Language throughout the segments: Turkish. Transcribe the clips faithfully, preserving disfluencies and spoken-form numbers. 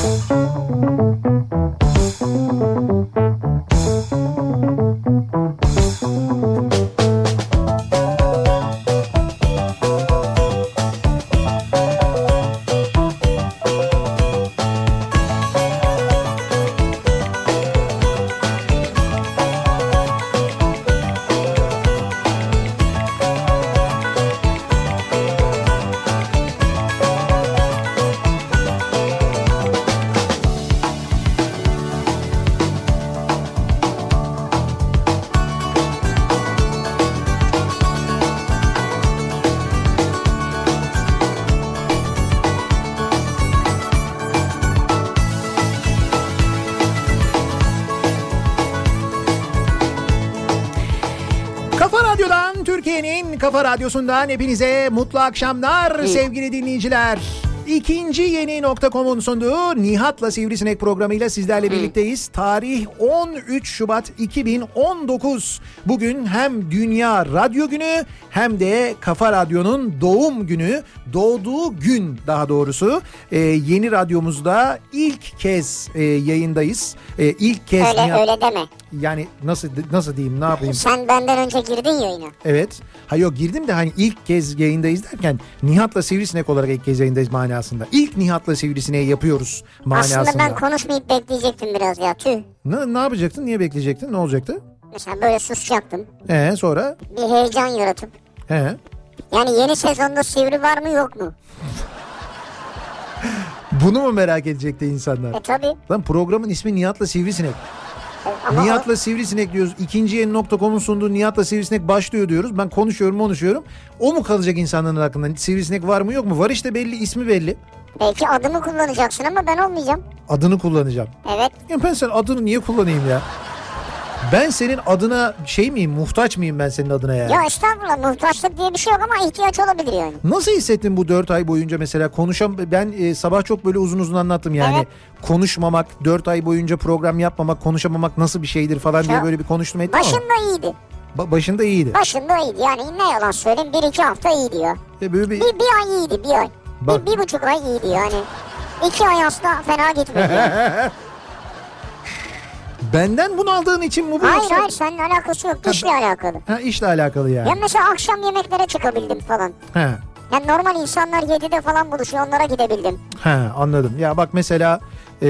Kafa Radyosu'ndan hepinize mutlu akşamlar İyi. sevgili dinleyiciler. İkinci Yeni nokta com'un sunduğu Nihat'la Sivrisinek programıyla sizlerle birlikteyiz. Tarih on üç Şubat iki bin on dokuz. Bugün hem Dünya Radyo Günü hem de Kafa Radyo'nun doğum günü. Doğduğu gün daha doğrusu. Ee, yeni radyomuzda ilk kez e, yayındayız. E, ilk kez öyle, Nihat... öyle deme. Yani nasıl nasıl diyeyim, ne yapayım? Sen benden önce girdin yayına. Evet. Hayır yok, girdim de hani ilk kez yayındayız derken Nihat'la Sivrisinek olarak ilk kez yayındayız manasında. İlk Nihat'la Sivrisineği yapıyoruz manasında. Aslında ben konuşmayıp bekleyecektim biraz ya, tüh. Ne, ne yapacaktın? Niye bekleyecektin? Ne olacaktı? Mesela böyle susacaktım. Ee sonra? Bir heyecan yaratıp. He. Yani yeni sezonda Sivri var mı yok mu? Bunu mu merak edecekti insanlar? E tabii. Lan programın ismi Nihat'la Sivrisinek. Ama Nihat'la o... Sivrisinek diyoruz. İkinci Yeni nokta com'un sunduğu Nihat'la Sivrisinek başlıyor diyoruz. Ben konuşuyorum konuşuyorum. O mu kalacak insanların aklında? Sivrisinek var mı yok mu? Var işte, belli, ismi belli. Belki adımı kullanacaksın ama ben olmayacağım. Adını kullanacağım. Evet. Ya ben senin adını niye kullanayım ya? Ben senin adına şey miyim, muhtaç mıyım ben senin adına ya? Ya estağfurullah, muhtaçlık diye bir şey yok ama ihtiyaç olabilir yani. Nasıl hissettin bu dört ay boyunca mesela konuşam ben e, sabah çok böyle uzun uzun anlattım yani. Evet. Konuşmamak, dört ay boyunca program yapmamak, konuşamamak nasıl bir şeydir falan çok, diye böyle bir konuştum ettim ama. Başında iyiydi. Ba- başında iyiydi. Başında iyiydi yani, ne yalan söyleyeyim, bir iki hafta iyiydi ya. E böyle bir... bir... Bir ay iyiydi, bir ay. Bak... Bir, bir buçuk ay iyiydi yani. İki ay aslında fena gitmedi yani. Benden bunu aldığın için mi bu? Hayır yoksa... hayır, seninle alakası yok, işle ha, alakalı. Ha, işle alakalı yani. Ya mesela akşam yemeklere çıkabildim falan. He. Yani normal insanlar yedide falan buluşuyor, onlara gidebildim. He, anladım. Ya bak mesela ee,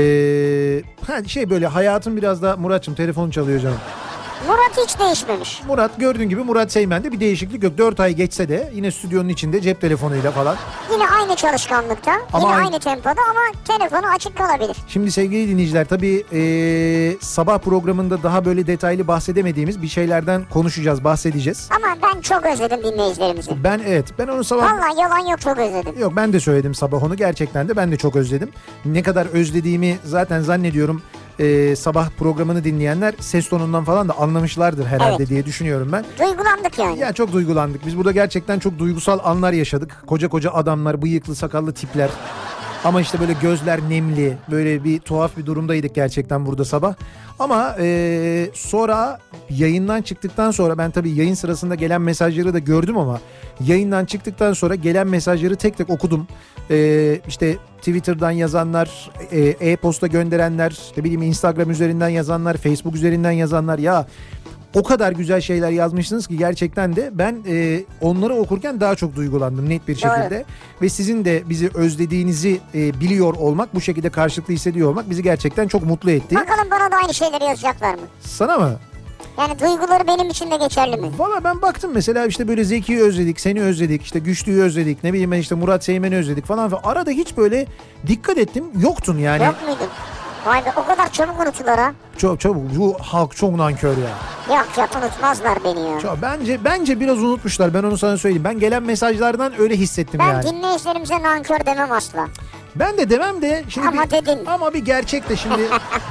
ha, şey böyle hayatım biraz da Murat'cığım telefon çalıyor canım. Murat hiç değişmemiş. Murat gördüğün gibi Murat Seymen'de bir değişiklik yok. dört ay geçse de yine stüdyonun içinde cep telefonuyla falan. Yine aynı çalışkanlıkta, ama yine aynı... aynı tempoda ama telefonu açık kalabilir. Şimdi sevgili dinleyiciler tabii ee, sabah programında daha böyle detaylı bahsedemediğimiz bir şeylerden konuşacağız, bahsedeceğiz. Ama ben çok özledim dinleyicilerimizi. Ben evet, ben onu sabah... Vallahi yalan yok, çok özledim. Yok, ben de söyledim sabah onu, gerçekten de ben de çok özledim. Ne kadar özlediğimi zaten zannediyorum Ee, sabah programını dinleyenler ses tonundan falan da anlamışlardır herhalde, evet, diye düşünüyorum ben. Duygulandık yani. Ya çok duygulandık. Biz burada gerçekten çok duygusal anlar yaşadık. Koca koca adamlar, bıyıklı sakallı tipler. Ama işte böyle gözler nemli, böyle bir tuhaf bir durumdaydık gerçekten burada sabah. Ama e, sonra yayından çıktıktan sonra ben tabii yayın sırasında gelen mesajları da gördüm ama yayından çıktıktan sonra gelen mesajları tek tek okudum. E, işte Twitter'dan yazanlar, e, e-posta gönderenler, ne bileyim Instagram üzerinden yazanlar, Facebook üzerinden yazanlar, ya o kadar güzel şeyler yazmışsınız ki gerçekten de ben e, onları okurken daha çok duygulandım net bir şekilde. Evet. Ve sizin de bizi özlediğinizi e, biliyor olmak, bu şekilde karşılıklı hissediyor olmak bizi gerçekten çok mutlu etti. Bakalım bana da aynı şeyleri yazacaklar mı? Sana mı? Yani duyguları benim için de geçerli mi? Valla ben baktım mesela, işte böyle Zeki'yi özledik, seni özledik, işte Güçlü'yü özledik, ne bileyim ben işte Murat Seymen'i özledik falan. Arada hiç böyle dikkat ettim, yoktun yani. Yok muydun? Vay be, o kadar çabuk unutulur ha. Çok çabuk, bu halk çok nankör ya. Yok ya, unutmazlar beni ya. Çok, bence bence biraz unutmuşlar, ben onu sana söyleyeyim. Ben gelen mesajlardan öyle hissettim ben yani. Ben dinleyicilerimize nankör demem asla. Ben de demem de. Şimdi ama bir, dedin. Ama bir gerçek de şimdi.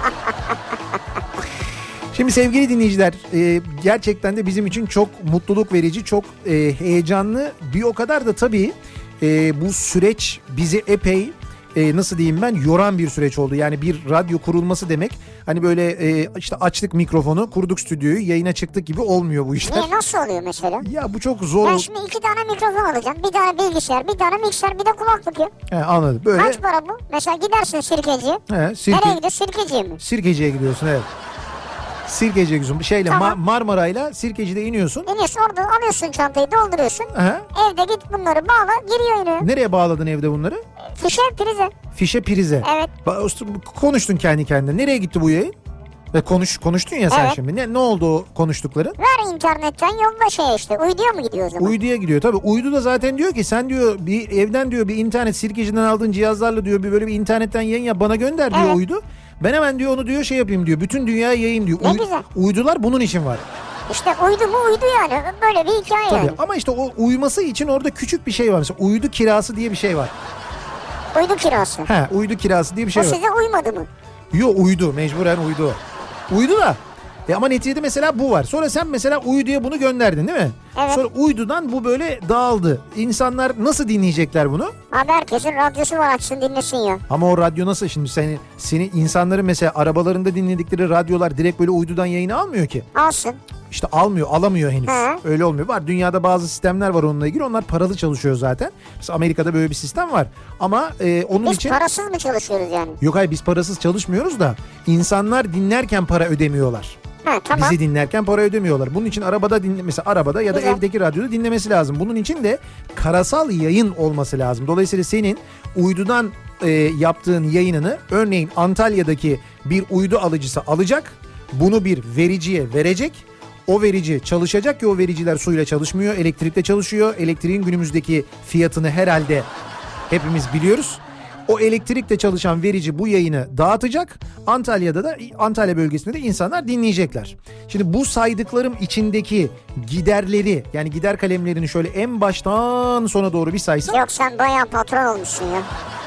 Şimdi sevgili dinleyiciler, e, gerçekten de bizim için çok mutluluk verici, çok e, heyecanlı. Bir o kadar da tabii e, bu süreç bizi epey e, nasıl diyeyim ben, yoran bir süreç oldu. Yani bir radyo kurulması demek hani böyle e, işte açtık mikrofonu, kurduk stüdyoyu, yayına çıktık gibi olmuyor bu işler. Niye, nasıl oluyor mesela? Ya bu çok zor. Ben şimdi iki tane mikrofon alacağım. Bir tane bilgisayar, bir tane mikser, bir de kulaklık ya. He, anladım. Böyle. Kaç para bu? Mesela gidersin sirkeciye. He, sirke... Nereye gidiyorsun? Sirkeciye mi? Sirkeciye gidiyorsun, evet. Sirkeciye gidiyorsun. Bir şeyle Tamam. Ma- Marmara'yla Sirkeci'de iniyorsun. İniyorsun, orada alıyorsun çantayı, dolduruyorsun. Aha. Evde git bunları bağla, giriyor yine. Nereye bağladın evde bunları? Fişe, prize. Fişe, prize. Evet. Ba- konuştun kendi kendine. Nereye gitti bu yayın? Ve konuş konuştun ya sen Evet. şimdi. Ne, ne oldu o konuştukların? Ver internetten yolla şey işte. Uyduya mı gidiyor o zaman? Uyduya gidiyor tabii. Uydu da zaten diyor ki sen diyor bir evden diyor bir internet Sirkeci'den aldığın cihazlarla diyor bir böyle bir internetten yayın yap, bana gönder diyor Evet. uydu. Ben hemen diyor onu diyor şey yapayım diyor. Bütün dünyaya yayayım diyor. Ne Uy- güzel. Uydular bunun için var. İşte uydu mu uydu yani. Böyle bir hikaye Tabii yani. ama işte o uyuması için orada küçük bir şey var. Mesela uydu kirası diye bir şey var. Uydu kirası. He, uydu kirası diye bir şey O var. size uymadı mı? Yo, uydu, mecburen uydu. Uydu da. E ama neticede mesela bu var. Sonra sen mesela uyduya bunu gönderdin değil mi? Evet. Sonra uydudan bu böyle dağıldı. İnsanlar nasıl dinleyecekler bunu? Abi herkesin radyosu var, açsın dinlesin ya. Ama o radyo nasıl şimdi seni, seni insanların mesela arabalarında dinledikleri radyolar direkt böyle uydudan yayını almıyor ki. Alsın. İşte almıyor, alamıyor henüz. Hı. Öyle olmuyor. Var dünyada bazı sistemler var onunla ilgili. Onlar paralı çalışıyor zaten. Mesela Amerika'da böyle bir sistem var. Ama e, onun Biz için... parasız mı çalışıyoruz yani? Yok hayır, biz parasız çalışmıyoruz da insanlar dinlerken para ödemiyorlar. Ha tamam. Bizi dinlerken para ödemiyorlar. Bunun için arabada dinle, mesela arabada ya da Güzel. evdeki radyoda dinlemesi lazım. Bunun için de karasal yayın olması lazım. Dolayısıyla senin uydudan e, yaptığın yayınını örneğin Antalya'daki bir uydu alıcısı alacak. Bunu bir vericiye verecek. O verici çalışacak ki o vericiler suyla çalışmıyor, elektrikle çalışıyor. Elektriğin günümüzdeki fiyatını herhalde hepimiz biliyoruz. O elektrikle çalışan verici bu yayını dağıtacak. Antalya'da da, Antalya bölgesinde de insanlar dinleyecekler. Şimdi bu saydıklarım içindeki giderleri, yani gider kalemlerini şöyle en baştan sona doğru bir saysam. Yok sen bayağı patron olmuşsun ya.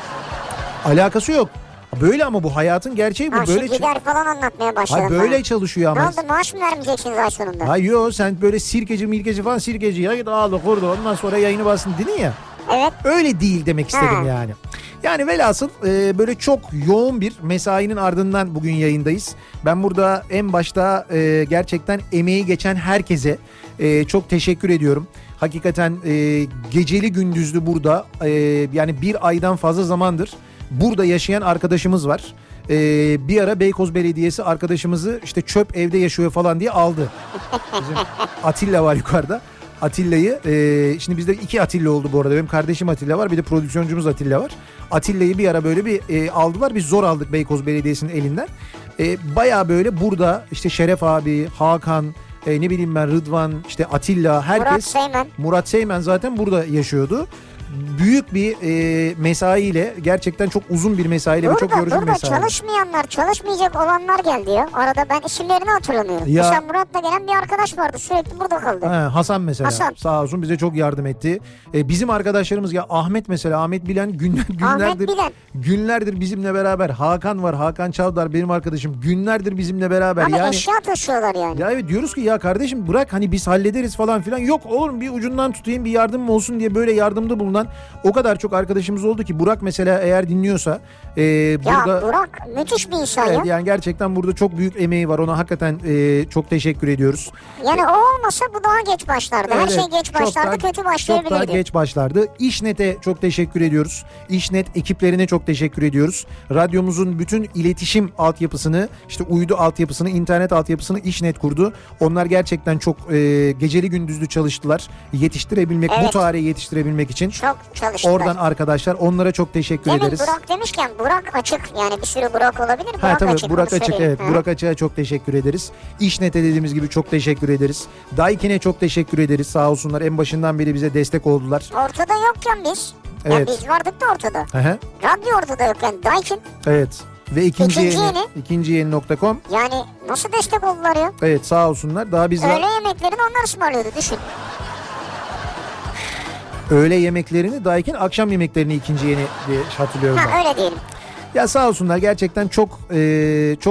Alakası yok. Böyle ama bu hayatın gerçeği bu. Ha Böyle şu gider falan anlatmaya başladın. Hayır, böyle bana. çalışıyor Ne ama. oldu, maaş mı vermeyeceksiniz ay sonunda? Hayır yok, sen böyle sirkeci milkeci falan, sirkeci ya dağıldı kurdu ondan sonra yayını basın dedin ya. Evet. Öyle değil demek istedim Ha. yani. Yani velhasıl e, böyle çok yoğun bir mesainin ardından bugün yayındayız. Ben burada en başta e, gerçekten emeği geçen herkese e, çok teşekkür ediyorum. Hakikaten e, geceli gündüzlü burada e, yani bir aydan fazla zamandır burada yaşayan arkadaşımız var. E, bir ara Beykoz Belediyesi arkadaşımızı işte çöp evde yaşıyor falan diye aldı. Bizim Atilla var yukarıda. Atilla'yı, e, şimdi bizde iki Atilla oldu bu arada. Benim kardeşim Atilla var, bir de prodüksiyoncumuz Atilla var. Atilla'yı bir ara böyle bir e, aldılar. Biz zor aldık Beykoz Belediyesi'nin elinden. E, Baya böyle burada işte Şeref abi, Hakan, e, ne bileyim ben Rıdvan, işte Atilla, herkes. Murat Seymen. Murat Seymen zaten burada yaşıyordu. Büyük bir e, mesaiyle, gerçekten çok uzun bir mesaiyle ve çok Burada, yorucu bir burada mesaiyle. çalışmayanlar, çalışmayacak olanlar geldi ya. Arada ben isimlerini hatırlamıyorum. Ya- Mesela Murat'la gelen bir arkadaş vardı, sürekli burada kaldı. He, Hasan mesela, Hasan. sağ olsun bize çok yardım etti. E, bizim arkadaşlarımız ya Ahmet mesela, Ahmet Bilen günler, günlerdir Bilen. günlerdir bizimle beraber. Hakan var, Hakan Çavdar benim arkadaşım, günlerdir bizimle beraber. Ama yani eşya taşıyorlar yani. ya evet, diyoruz ki ya kardeşim bırak hani biz hallederiz falan filan. Yok oğlum, bir ucundan tutayım, bir yardımım olsun diye böyle yardımda bulunan o kadar çok arkadaşımız oldu ki. Burak mesela eğer dinliyorsa e, Ya burada... Burak müthiş bir insan Evet, ya. yani gerçekten burada çok büyük emeği var, ona hakikaten e, çok teşekkür ediyoruz. Yani o olmasa bu daha geç başlardı. Her Evet, şey geç çok başlardı, daha- kötü Çok daha başlayabilirdi. geç başlardı. İşnet'e çok teşekkür ediyoruz. İşnet ekiplerine çok teşekkür ediyoruz. Radyomuzun bütün iletişim altyapısını, işte uydu altyapısını, internet altyapısını İşnet kurdu. Onlar gerçekten çok e, geceli gündüzlü çalıştılar. Yetiştirebilmek, bu Evet. tarihe yetiştirebilmek için. Çok çalıştılar. Oradan arkadaşlar, onlara çok teşekkür Demin ederiz. Burak demişken Burak Açık, yani bir sürü Burak olabilir. Burak Ha tabii, Açık, Burak onu Açık, söyleyeyim. evet. Hı. Burak Açık'a çok teşekkür ederiz. İşnet'e dediğimiz gibi çok teşekkür ederiz. Daikin'e çok teşekkür ederiz. Sağ olsunlar, en başından beri bize destek oldular. Ortada yokken biz. Yani Evet. biz vardık da ortada. Hı hı. Radyo ortada yokken Daikin, Evet. Ve ikinci, İkinci yeni, yeni. ikinci yeni nokta com. yani nasıl destek oldular ya? Evet, sağ olsunlar. Daha biz Öğle yemeklerini onlar ısmarlıyordu, düşün. öğle yemeklerini Daikin, akşam yemeklerini ikinci yeni diye hatırlıyorum ben. Ha öyle diyelim. Ya sağ olsunlar, gerçekten çok e, çok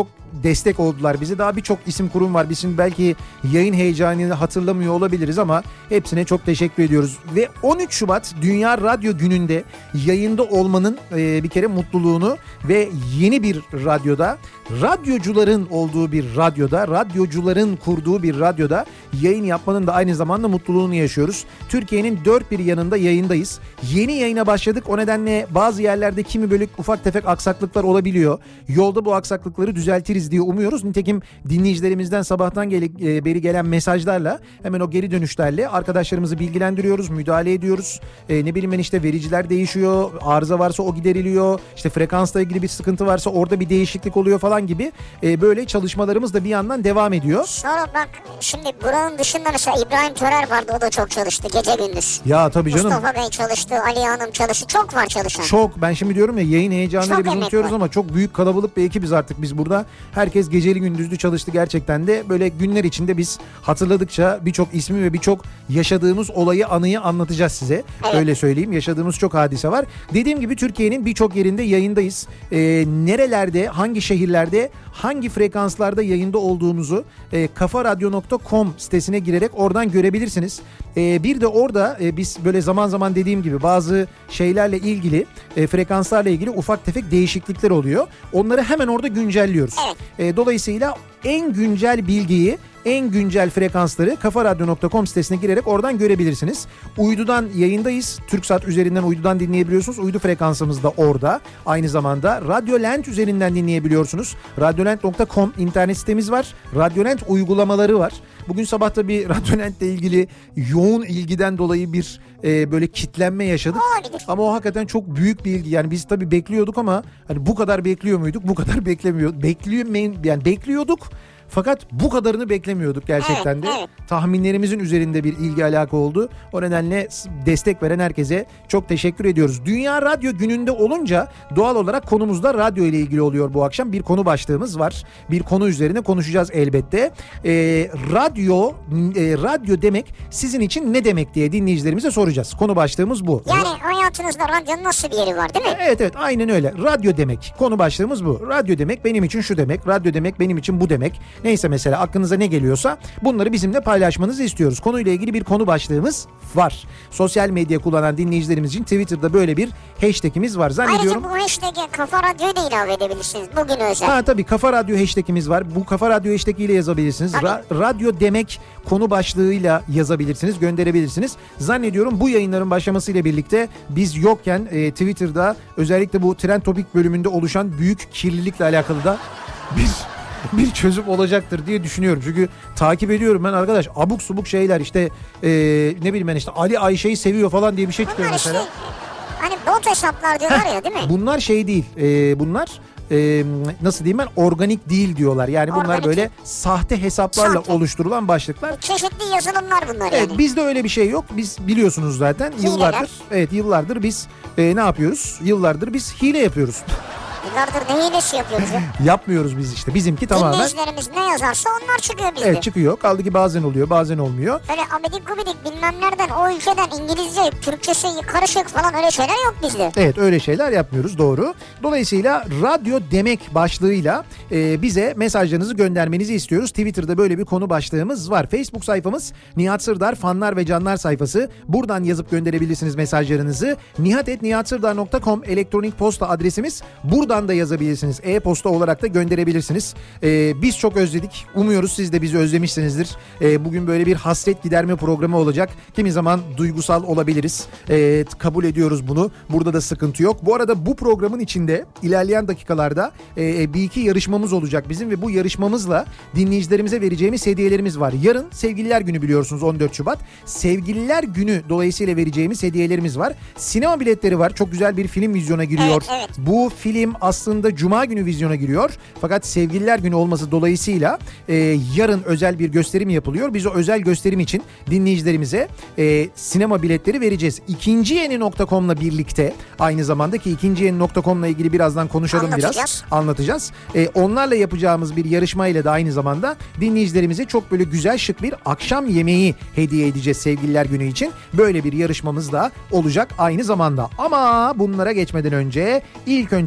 destek oldular bize. Daha birçok isim kurum var. Biz şimdi belki yayın heyecanını hatırlamıyor olabiliriz ama hepsine çok teşekkür ediyoruz. Ve on üç Şubat Dünya Radyo Günü'nde yayında olmanın e, bir kere mutluluğunu ve yeni bir radyoda, radyocuların olduğu bir radyoda, radyocuların kurduğu bir radyoda yayın yapmanın da aynı zamanda mutluluğunu yaşıyoruz. Türkiye'nin dört bir yanında yayındayız. Yeni yayına başladık. O nedenle bazı yerlerde kimi böyle ufak tefek aksaklıklar olabiliyor. Yolda bu aksaklıkları düzeltiriz diye umuyoruz. Nitekim dinleyicilerimizden sabahtan gel- beri gelen mesajlarla hemen o geri dönüşlerle arkadaşlarımızı bilgilendiriyoruz, müdahale ediyoruz. E, ne bileyim ben işte vericiler değişiyor, arıza varsa o gideriliyor. İşte frekansla ilgili bir sıkıntı varsa orada bir değişiklik oluyor falan gibi. E, böyle çalışmalarımız da bir yandan devam ediyor. Sonra bak şimdi buranın dışında mesela İbrahim Törer vardı, o da çok çalıştı gece gündüz. Ya tabii canım. Mustafa Bey çalıştı, Ali Hanım çalıştı, çok var çalışan. Çok, ben şimdi diyorum ya yayın heyecanıyla Çok biz emek unutuyoruz var. ama çok büyük kalabalık bir ekibiz artık biz burada. Herkes geceli gündüzlü çalıştı gerçekten de. Böyle günler içinde biz hatırladıkça birçok ismi ve birçok yaşadığımız olayı, anıyı anlatacağız size. Evet. Öyle söyleyeyim, yaşadığımız çok hadise var. Dediğim gibi Türkiye'nin birçok yerinde yayındayız. Ee, nerelerde, hangi şehirlerde, hangi frekanslarda yayında olduğumuzu e, kafaradyo nokta com sitesine girerek oradan görebilirsiniz. E, bir de orada e, biz böyle zaman zaman dediğim gibi bazı şeylerle ilgili, e, frekanslarla ilgili ufak tefek değişiklikler oluyor. Onları hemen orada güncelliyoruz. Evet. E, dolayısıyla en güncel bilgiyi, en güncel frekansları kafaradyo nokta com sitesine girerek oradan görebilirsiniz. Uydudan yayındayız. TürkSat üzerinden uydudan dinleyebiliyorsunuz. Uydu frekansımız da orada. Aynı zamanda Radyolent üzerinden dinleyebiliyorsunuz. radyolent nokta com internet sitemiz var. Radyolent uygulamaları var. Bugün sabah da bir Radyolent'le ilgili yoğun ilgiden dolayı bir e, böyle kitlenme yaşadık. Olabilir. Ama o hakikaten çok büyük bir ilgi. Yani biz tabii bekliyorduk ama hani bu kadar bekliyor muyduk? Bu kadar beklemiyor. Bekliyor yani bekliyorduk. Fakat bu kadarını beklemiyorduk gerçekten Evet, de. evet. Tahminlerimizin üzerinde bir ilgi alaka oldu. O nedenle destek veren herkese çok teşekkür ediyoruz. Dünya Radyo Günü'nde olunca doğal olarak konumuz da radyo ile ilgili oluyor bu akşam. Bir konu başlığımız var. Bir konu üzerine konuşacağız elbette. Ee, radyo, e, radyo demek sizin için ne demek diye dinleyicilerimize soracağız. Konu başlığımız bu. Yani hayatınızda radyonun nasıl bir yeri var değil mi? Evet evet aynen öyle. Radyo demek. Konu başlığımız bu. Radyo demek benim için şu demek. Radyo demek benim için bu demek. Neyse mesela aklınıza ne geliyorsa bunları bizimle paylaşmanızı istiyoruz. Konuyla ilgili bir konu başlığımız var. Sosyal medya kullanan dinleyicilerimiz için Twitter'da böyle bir hashtagimiz var. Zannediyorum. Ayrıca bu hashtag'e Kafa Radyo'yu da ilave edebilirsiniz bugün özel. Ha tabii Kafa Radyo hashtagimiz var. Bu Kafa Radyo hashtag ile yazabilirsiniz. Ra- radyo demek konu başlığıyla yazabilirsiniz, gönderebilirsiniz. Zannediyorum bu yayınların başlamasıyla birlikte biz yokken e, Twitter'da özellikle bu Trend Topic bölümünde oluşan büyük kirlilikle alakalı da bir bir çözüm olacaktır diye düşünüyorum. Çünkü takip ediyorum ben arkadaş, abuk subuk şeyler işte e, ne bileyim ben işte Ali Ayşe'yi seviyor falan diye bir şey çıkıyor Bunlar mesela. işte hani bot hesaplar diyorlar ya değil mi? Bunlar şey değil. E, bunlar e, nasıl diyeyim ben, organik değil diyorlar. Yani bunlar Organik. böyle sahte hesaplarla Sahte. oluşturulan başlıklar. Çeşitli yazılımlar bunlar Evet, yani. bizde öyle bir şey yok. Biz biliyorsunuz zaten Hileler. yıllardır. Evet yıllardır biz e, ne yapıyoruz? Yıllardır biz hile yapıyoruz. Yıllardır ne hilesi yapıyoruz ya? Yapmıyoruz biz işte. Bizimki tamamen. Dinleyicilerimiz ne yazarsa onlar çıkıyor bizde. Evet çıkıyor. Kaldı ki bazen oluyor, bazen olmuyor. Öyle abidik gubidik bilmem nereden, o ülkeden İngilizce, Türkçesi karışık falan öyle şeyler yok bizde. Evet öyle şeyler yapmıyoruz, doğru. Dolayısıyla radyo demek başlığıyla e, bize mesajlarınızı göndermenizi istiyoruz. Twitter'da böyle bir konu başlığımız var. Facebook sayfamız Nihat Sırdar fanlar ve canlar sayfası. Buradan yazıp gönderebilirsiniz mesajlarınızı. nihat et nihat sırdar nokta com elektronik posta adresimiz. Buradan da yazabilirsiniz. E-posta olarak da gönderebilirsiniz. E, biz çok özledik. Umuyoruz siz de bizi özlemişsinizdir. E, bugün böyle bir hasret giderme programı olacak. Kimi zaman duygusal olabiliriz. E, kabul ediyoruz bunu. Burada da sıkıntı yok. Bu arada bu programın içinde ilerleyen dakikalarda e, bir iki yarışmamız olacak bizim ve bu yarışmamızla dinleyicilerimize vereceğimiz hediyelerimiz var. Yarın Sevgililer Günü biliyorsunuz, on dört Şubat. Sevgililer Günü dolayısıyla vereceğimiz hediyelerimiz var. Sinema biletleri var. Çok güzel bir film vizyona giriyor. Evet, evet. Bu film aslında Cuma günü vizyona giriyor. Fakat Sevgililer Günü olması dolayısıyla e, yarın özel bir gösterim yapılıyor. Biz o özel gösterim için dinleyicilerimize e, sinema biletleri vereceğiz. ikinciyeni nokta com'la birlikte aynı zamanda, ki ikinciyeni nokta com'la ilgili birazdan konuşalım, Anlatacağız. biraz anlatacağız. E, onlarla yapacağımız bir yarışmayla da aynı zamanda dinleyicilerimize çok böyle güzel şık bir akşam yemeği hediye edeceğiz Sevgililer Günü için. Böyle bir yarışmamız da olacak aynı zamanda. Ama bunlara geçmeden önce ilk önce yapmamız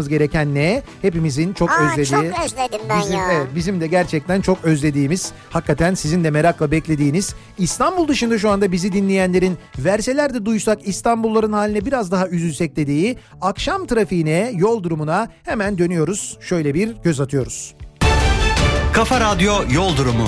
yapmamız gereken ne? Hepimizin çok Aa, özlediği. çok özledim ben bizim, ya. Evet, bizim de gerçekten çok özlediğimiz, hakikaten sizin de merakla beklediğiniz, İstanbul dışında şu anda bizi dinleyenlerin verseler de duysak İstanbulluların haline biraz daha üzülsek dediği akşam trafiğine, yol durumuna hemen dönüyoruz. Şöyle bir göz atıyoruz. Kafa Radyo Yol Durumu.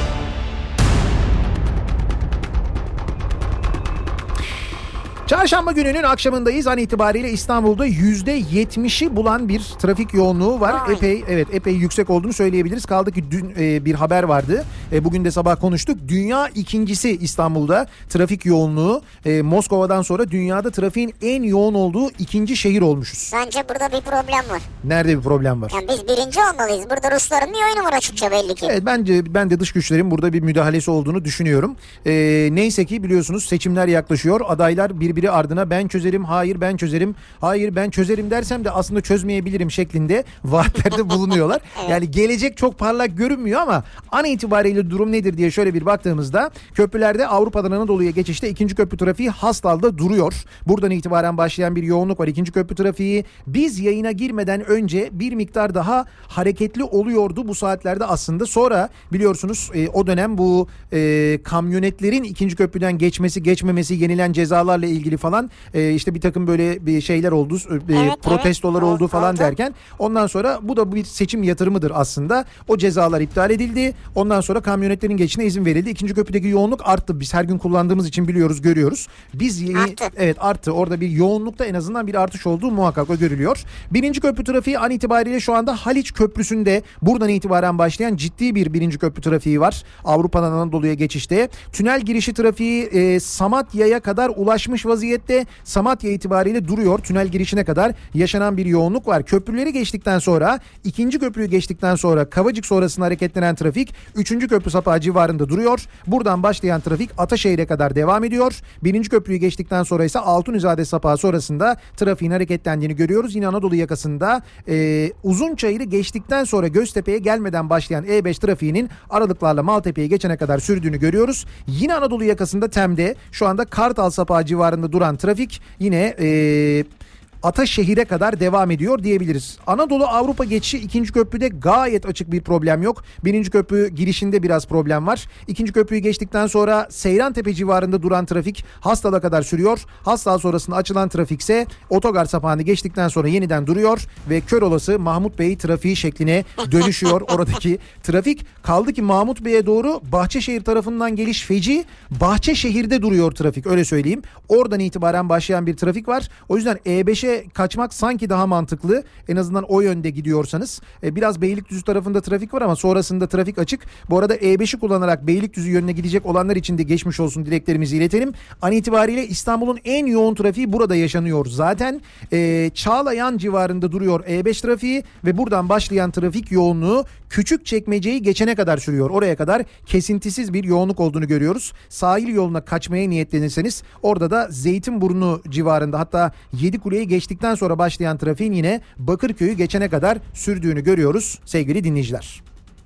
Çarşamba gününün akşamındayız. An itibariyle İstanbul'da yüzde yetmişi bulan bir trafik yoğunluğu var. Ay. Epey evet epey yüksek olduğunu söyleyebiliriz. Kaldı ki dün e, bir haber vardı. E, bugün de sabah konuştuk. Dünya ikincisi İstanbul'da trafik yoğunluğu. E, Moskova'dan sonra dünyada trafiğin en yoğun olduğu ikinci şehir olmuşuz. Bence burada bir problem var. Nerede bir problem var? Yani biz birinci olmalıyız. Burada Rusların bir oyunu var açıkça belli ki. Evet, bence ben de dış güçlerin burada bir müdahalesi olduğunu düşünüyorum. E, neyse ki biliyorsunuz seçimler yaklaşıyor. Adaylar bir birbiri ardına ben çözerim, hayır ben çözerim, hayır ben çözerim dersem de aslında çözmeyebilirim şeklinde vaatlerde bulunuyorlar. Evet. Yani gelecek çok parlak görünmüyor ama an itibariyle durum nedir diye şöyle bir baktığımızda köprülerde Avrupa'dan Anadolu'ya geçişte ikinci köprü trafiği Hastal'da duruyor. Buradan itibaren başlayan bir yoğunluk var ikinci köprü trafiği. Biz yayına girmeden önce bir miktar daha hareketli oluyordu bu saatlerde aslında. Sonra biliyorsunuz e, o dönem bu e, kamyonetlerin ikinci köprüden geçmesi geçmemesi yenilen cezalarla ilgili ilgili falan e, işte bir takım böyle bir şeyler oldu, e, evet, protestolar evet. oldu falan oldu. derken ondan sonra bu da bir seçim yatırımıdır aslında. O cezalar iptal edildi. Ondan sonra kamyonetlerin geçişine izin verildi. İkinci köprüdeki yoğunluk arttı. Biz her gün kullandığımız için biliyoruz, görüyoruz. Biz yeni, arttı. Evet arttı. Orada bir yoğunlukta en azından bir artış olduğu muhakkak o görülüyor. Birinci köprü trafiği an itibariyle şu anda Haliç Köprüsü'nde buradan itibaren başlayan ciddi bir birinci köprü trafiği var. Avrupa'dan Anadolu'ya geçişte. Tünel girişi trafiği e, Samatya'ya kadar ulaşmış vaziyette. Samatya itibariyle duruyor. Tünel girişine kadar yaşanan bir yoğunluk var. Köprüleri geçtikten sonra, ikinci köprüyü geçtikten sonra Kavacık sonrasında hareketlenen trafik üçüncü köprü sapağı civarında duruyor. Buradan başlayan trafik Ataşehir'e kadar devam ediyor. Birinci köprüyü geçtikten sonra ise Altunizade sapağı sonrasında trafiğin hareketlendiğini görüyoruz. Yine Anadolu yakasında e, Uzunçayır'ı geçtikten sonra Göztepe'ye gelmeden başlayan E beş trafiğinin aralıklarla Maltepe'ye geçene kadar sürdüğünü görüyoruz. Yine Anadolu yakasında Tem'de şu anda Kartal sapağı civarında duran trafik yine e, Ataşehir'e kadar devam ediyor diyebiliriz. Anadolu Avrupa geçişi ikinci köprüde gayet açık bir problem yok. Birinci köprü girişinde biraz problem var. İkinci köprüyü geçtikten sonra Seyrantepe civarında duran trafik Hastal'a kadar sürüyor. Hastal sonrasında açılan trafik ise otogar sapağını geçtikten sonra yeniden duruyor ve kör olası Mahmut Bey trafiği şekline dönüşüyor oradaki trafik. Kaldı ki Mahmut Bey'e doğru Bahçeşehir tarafından geliş feci. Bahçeşehir'de duruyor trafik, öyle söyleyeyim. Oradan itibaren başlayan bir trafik var. O yüzden E beşe kaçmak sanki daha mantıklı. En azından o yönde gidiyorsanız. Ee, biraz Beylikdüzü tarafında trafik var ama sonrasında trafik açık. Bu arada E beşi kullanarak Beylikdüzü yönüne gidecek olanlar için de geçmiş olsun dileklerimizi iletelim. An itibariyle İstanbul'un en yoğun trafiği burada yaşanıyor. Zaten e, Çağlayan civarında duruyor E beş trafiği ve buradan başlayan trafik yoğunluğu Küçükçekmece'yi geçene kadar sürüyor. Oraya kadar kesintisiz bir yoğunluk olduğunu görüyoruz. Sahil yoluna kaçmaya niyetlenirseniz orada da Zeytinburnu civarında, hatta Yedikule'yi geçtikten sonra başlayan trafiğin yine Bakırköy'ü geçene kadar sürdüğünü görüyoruz sevgili dinleyiciler.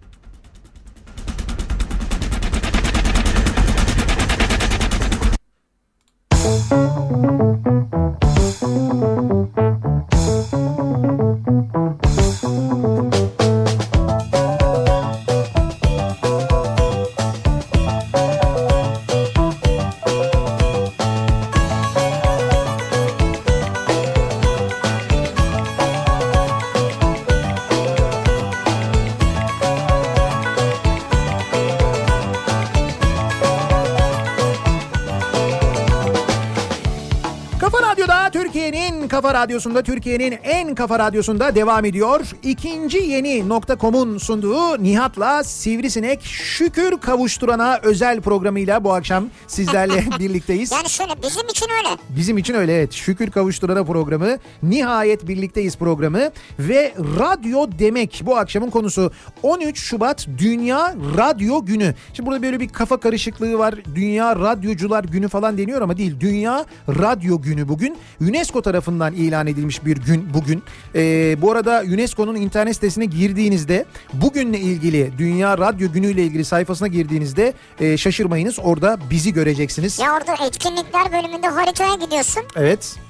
Kafa Radyosu'nda, Türkiye'nin en kafa radyosunda devam ediyor. İkinci yeni nokta com'un sunduğu Nihat'la Sivrisinek şükür kavuşturana özel programıyla bu akşam sizlerle birlikteyiz. Yani şöyle bizim için öyle. Bizim için öyle, evet. Şükür kavuşturana programı, nihayet birlikteyiz programı ve radyo demek bu akşamın konusu. on üç Şubat Dünya Radyo Günü. Şimdi burada böyle bir kafa karışıklığı var. Dünya Radyocular Günü falan deniyor ama değil. Dünya Radyo Günü bugün. UNESCO tarafından ilan edilmiş bir gün bugün. Ee, bu arada UNESCO'nun internet sitesine girdiğinizde bugünle ilgili, Dünya Radyo Günü ile ilgili sayfasına girdiğinizde e, şaşırmayınız, orada bizi göreceksiniz. Ya orada etkinlikler bölümünde haritaya gidiyorsun. Evet.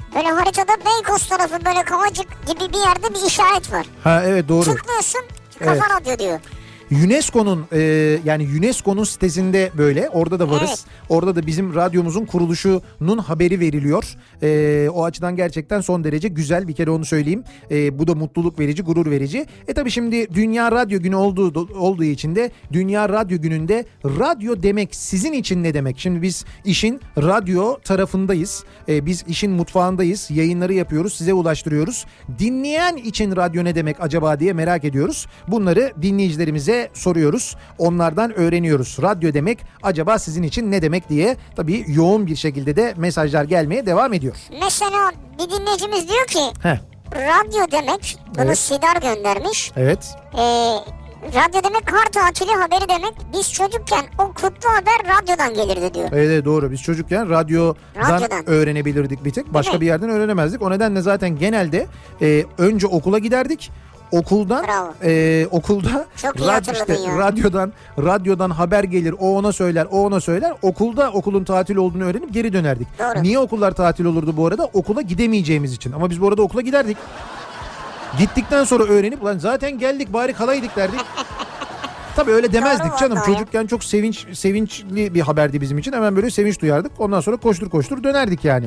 Böyle haritada Beykoz tarafı böyle Kavacık gibi bir yerde bir işaret var. Ha evet doğru. Tıklıyorsun Kafa Evet. Radyo diyor. UNESCO'nun e, yani UNESCO'nun sitesinde böyle orada da varız. Evet. Orada da bizim radyomuzun kuruluşunun haberi veriliyor. E, o açıdan gerçekten son derece güzel, bir kere onu söyleyeyim. E, bu da mutluluk verici, gurur verici. E tabii şimdi Dünya Radyo Günü olduğu olduğu için de Dünya Radyo Günü'nde radyo demek sizin için ne demek? Şimdi biz işin radyo tarafındayız. E, biz işin mutfağındayız. Yayınları yapıyoruz, size ulaştırıyoruz. Dinleyen için radyo ne demek acaba diye merak ediyoruz. Bunları dinleyicilerimize soruyoruz. Onlardan öğreniyoruz. Radyo demek acaba sizin için ne demek diye tabii yoğun bir şekilde de mesajlar gelmeye devam ediyor. Mesela bir dinleyicimiz diyor ki Heh, radyo demek, bunu Evet. Sidar göndermiş. evet. Ee, radyo demek kar tatili haberi demek. Biz çocukken o kutlu haber radyodan gelirdi diyor. Evet, evet doğru. Biz çocukken radyodan, Radyodan. öğrenebilirdik bir tek. Başka mi? bir yerden öğrenemezdik. O nedenle zaten genelde e, önce okula giderdik. Okuldan Bravo. e, okulda Çok iyi rad- hatırladın işte ya. radyodan radyodan haber gelir, o ona söyler, o ona söyler. Okulda okulun tatil olduğunu öğrenip geri dönerdik. Doğru. Niye okullar tatil olurdu bu arada? Okula gidemeyeceğimiz için. Ama biz bu arada okula giderdik. Gittikten sonra öğrenip ulan zaten geldik bari kalaydık derdik. Tabii öyle demezdik Doğru canım. vallahi. Çocukken çok sevinç sevinçli bir haberdi bizim için. Hemen böyle sevinç duyardık. Ondan sonra koştur koştur dönerdik yani.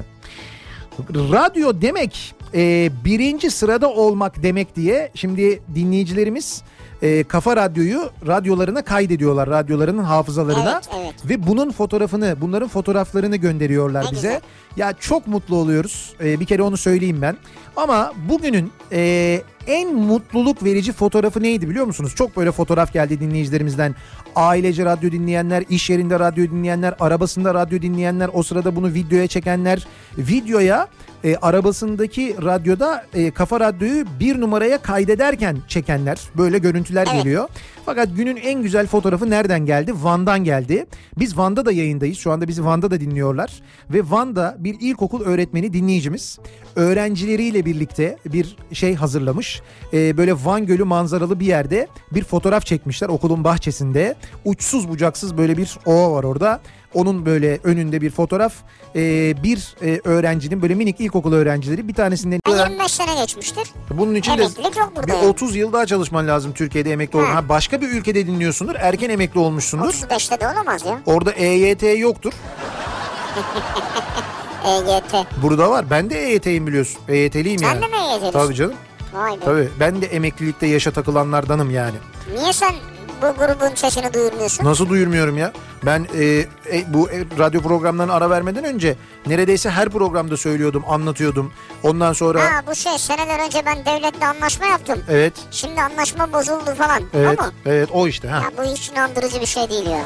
Radyo demek e, birinci sırada olmak demek diye şimdi dinleyicilerimiz e, Kafa Radyo'yu radyolarına kaydediyorlar, radyolarının hafızalarına. Evet, evet. Ve bunun fotoğrafını, bunların fotoğraflarını gönderiyorlar Ne bize. güzel. Ya çok mutlu oluyoruz. E, bir kere onu söyleyeyim ben. Ama bugünün e, en mutluluk verici fotoğrafı neydi biliyor musunuz? Çok böyle fotoğraf geldi dinleyicilerimizden. Ailece radyo dinleyenler, iş yerinde radyo dinleyenler, arabasında radyo dinleyenler, o sırada bunu videoya çekenler. Videoya e, arabasındaki radyoda e, Kafa Radyo'yu bir numaraya kaydederken çekenler. Böyle görüntüler Evet. geliyor. Fakat günün en güzel fotoğrafı nereden geldi? Van'dan geldi. Biz Van'da da yayındayız. Şu anda bizi Van'da da dinliyorlar. Ve Van'da bir ilkokul öğretmeni dinleyicimiz öğrencileriyle birlikte bir şey hazırlamış. Ee, böyle Van Gölü manzaralı bir yerde bir fotoğraf çekmişler okulun bahçesinde. Uçsuz bucaksız böyle bir ova var orada. Onun böyle önünde bir fotoğraf. Ee, bir e, öğrencinin böyle minik ilkokul öğrencileri bir tanesinden... yirmi beş sene geçmiştir. Bunun için de Emeklilik yok burada bir yani. otuz yıl daha çalışman lazım Türkiye'de emekli olman. Ha. Ha, başka bir ülkede dinliyorsundur, erken emekli olmuşsundur. otuz beşte de olamaz ya. Orada E Y T yoktur. E Y T. Burada var. Ben de E Y T'yim biliyorsun. E Y T'liyim Sen yani. de mi E Y T'lisin? Tabii canım. Vay be. Tabii. Ben de emeklilikte yaşa takılanlardanım yani. Niye sen bu grubun sesini duyurmuyorsun? Nasıl duyurmuyorum ya? Ben e, e, bu e, radyo programlarına ara vermeden önce neredeyse her programda söylüyordum, anlatıyordum. Ondan sonra... Ha bu şey seneler önce ben devletle anlaşma yaptım. Evet. Şimdi anlaşma bozuldu falan. Evet. Ama Evet o işte. Ha. ya bu hiç inandırıcı bir şey değil ya.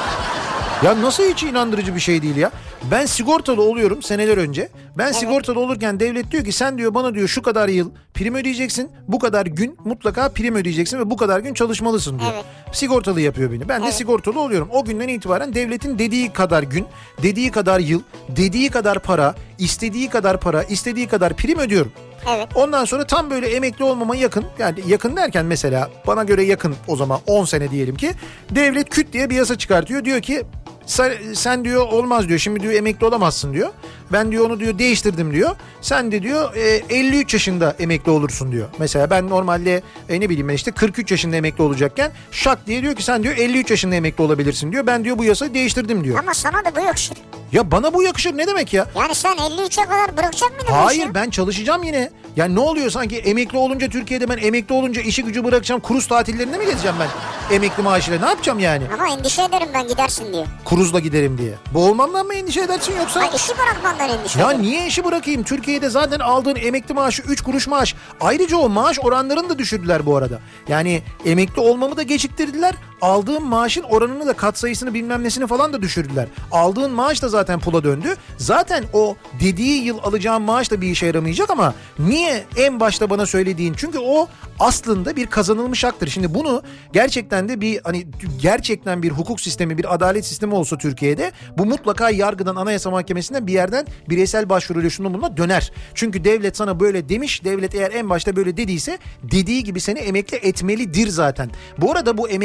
Ya nasıl hiç inandırıcı bir şey değil ya? Ben sigortalı oluyorum seneler önce. Ben sigortalı olurken devlet diyor ki sen diyor bana diyor şu kadar yıl prim ödeyeceksin. Bu kadar gün mutlaka prim ödeyeceksin ve bu kadar gün çalışmalısın diyor. Evet. Sigortalı yapıyor beni. Ben de Evet. sigortalı oluyorum. O günden itibaren devletin dediği kadar gün, dediği kadar yıl, dediği kadar para, istediği kadar para, istediği kadar prim ödüyorum. Evet. Ondan sonra tam böyle emekli olmama yakın, yani yakın derken mesela bana göre yakın o zaman on sene diyelim ki devlet küt diye bir yasa çıkartıyor. Diyor ki sen, sen diyor olmaz diyor, şimdi diyor emekli olamazsın diyor. Ben diyor onu diyor değiştirdim diyor. Sen de diyor e, elli üç yaşında emekli olursun diyor. Mesela ben normalde e, ne bileyim ben işte kırk üç yaşında emekli olacakken şak diye diyor ki sen diyor elli üç yaşında emekli olabilirsin diyor. Ben diyor bu yasayı değiştirdim diyor. Ama sana da bu yakışır. Ya bana bu yakışır ne demek ya? Yani sen elli üçe kadar bırakacak mıydın bu Hayır işi? ben çalışacağım yine. Yani ne oluyor sanki emekli olunca Türkiye'de ben emekli olunca işi gücü bırakacağım, kruz tatillerine mi gezeceğim ben emekli maaşıyla, ne yapacağım yani? Ama endişe ederim ben gidersin diye. Kruzla giderim diye. Bu olmamdan mı endişe edersin yoksa? Ha işi bırakmandan endişe Ya ederim. niye işi bırakayım? Türkiye'de zaten aldığın emekli maaşı üç kuruş maaş. Ayrıca o maaş oranlarını da düşürdüler bu arada. Yani emekli olmamı da geciktirdiler. Aldığım maaşın oranını da katsayısını bilmem nesini falan da düşürdüler. Aldığın maaş da zaten pula döndü. Zaten o dediği yıl alacağım maaş da bir işe yaramayacak ama niye en başta bana söylediğin? Çünkü o aslında bir kazanılmış haktır. Şimdi bunu gerçekten de bir hani gerçekten bir hukuk sistemi, bir adalet sistemi olsa Türkiye'de bu mutlaka yargıdan, Anayasa Mahkemesi'nden bir yerden bireysel başvuruyla şunu bununla döner. Çünkü devlet sana böyle demiş. Devlet eğer en başta böyle dediyse dediği gibi seni emekli etmelidir zaten. Bu arada bu emekli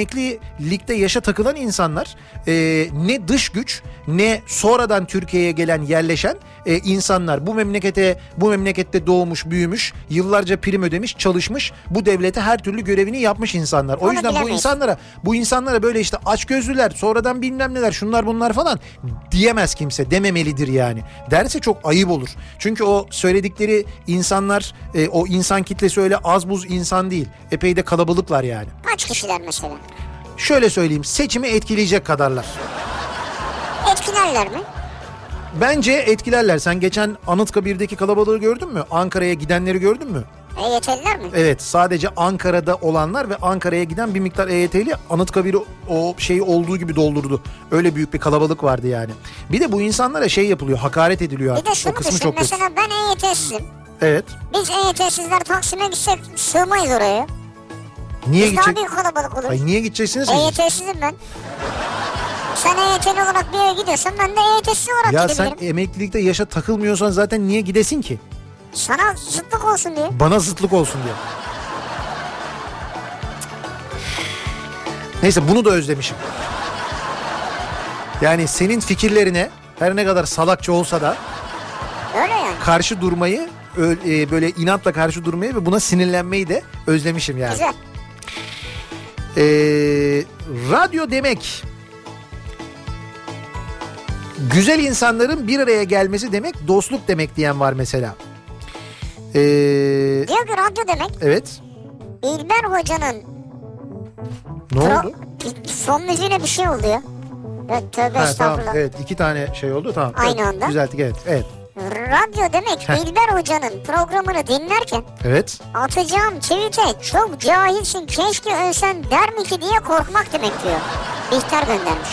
ligde yaşa takılan insanlar e, ne dış güç ne sonradan Türkiye'ye gelen yerleşen e, insanlar. Bu memlekete bu memlekette doğmuş, büyümüş, yıllarca prim ödemiş, çalışmış, bu devlete her türlü görevini yapmış insanlar. O Onu yüzden bilemeyiz. bu insanlara bu insanlara böyle işte açgözlüler, sonradan bilmem neler, şunlar bunlar falan diyemez kimse, dememelidir yani. Derse çok ayıp olur. Çünkü o söyledikleri insanlar, e, o insan kitlesi öyle az buz insan değil. Epey de kalabalıklar yani. Kaç kişiler mesela? Şöyle söyleyeyim, seçimi etkileyecek kadarlar. Etkilerler mi? Bence etkilerler. Sen geçen Anıtkabir'deki kalabalığı gördün mü? Ankara'ya gidenleri gördün mü? E Y T'liler mi? Evet, sadece Ankara'da olanlar ve Ankara'ya giden bir miktar E Y T'li Anıtkabir'i o şeyi olduğu gibi doldurdu. Öyle büyük bir kalabalık vardı yani. Bir de bu insanlara şey yapılıyor, hakaret ediliyor Bir artık. de şunu O kısmı düşün, çok kötü. mesela ben E Y T'sizim. Evet. Biz E Y T'sizler Taksim'e gitsek sığmayız oraya. Niye Biz daha gidecek? büyük kalabalık oluruz. Ay niye gideceksiniz E Y siz? T'sizim ben. Sen E Y T'li olarak bir yere gidiyorsan ben de E Y T'siz olarak Ya gidebilirim. sen emeklilikte yaşa takılmıyorsan zaten niye gidesin ki? Sana zıtlık olsun diye. Bana zıtlık olsun diye. Neyse, bunu da özlemişim. Yani senin fikirlerine her ne kadar salakça olsa da Öyle yani. karşı durmayı, ö- böyle inatla karşı durmayı ve buna sinirlenmeyi de özlemişim yani. Güzel. Ee, radyo demek güzel insanların bir araya gelmesi demek, dostluk demek diyen var mesela. Ee, Diyor ki radyo demek evet. İlber Hoca'nın Ne pro- oldu? son müziğine bir şey oldu ya. Evet, tövbe Ha, tamam, estağfurullah. evet, iki tane şey oldu, tamam. Aynı Evet, anda. düzelttik, evet. Evet. Radyo demek Heh. İlber Hoca'nın programını dinlerken Evet. atacağım tweet'e çok cahilsin keşke ölsen der mi ki diye korkmak demek diyor. Bihter göndermiş.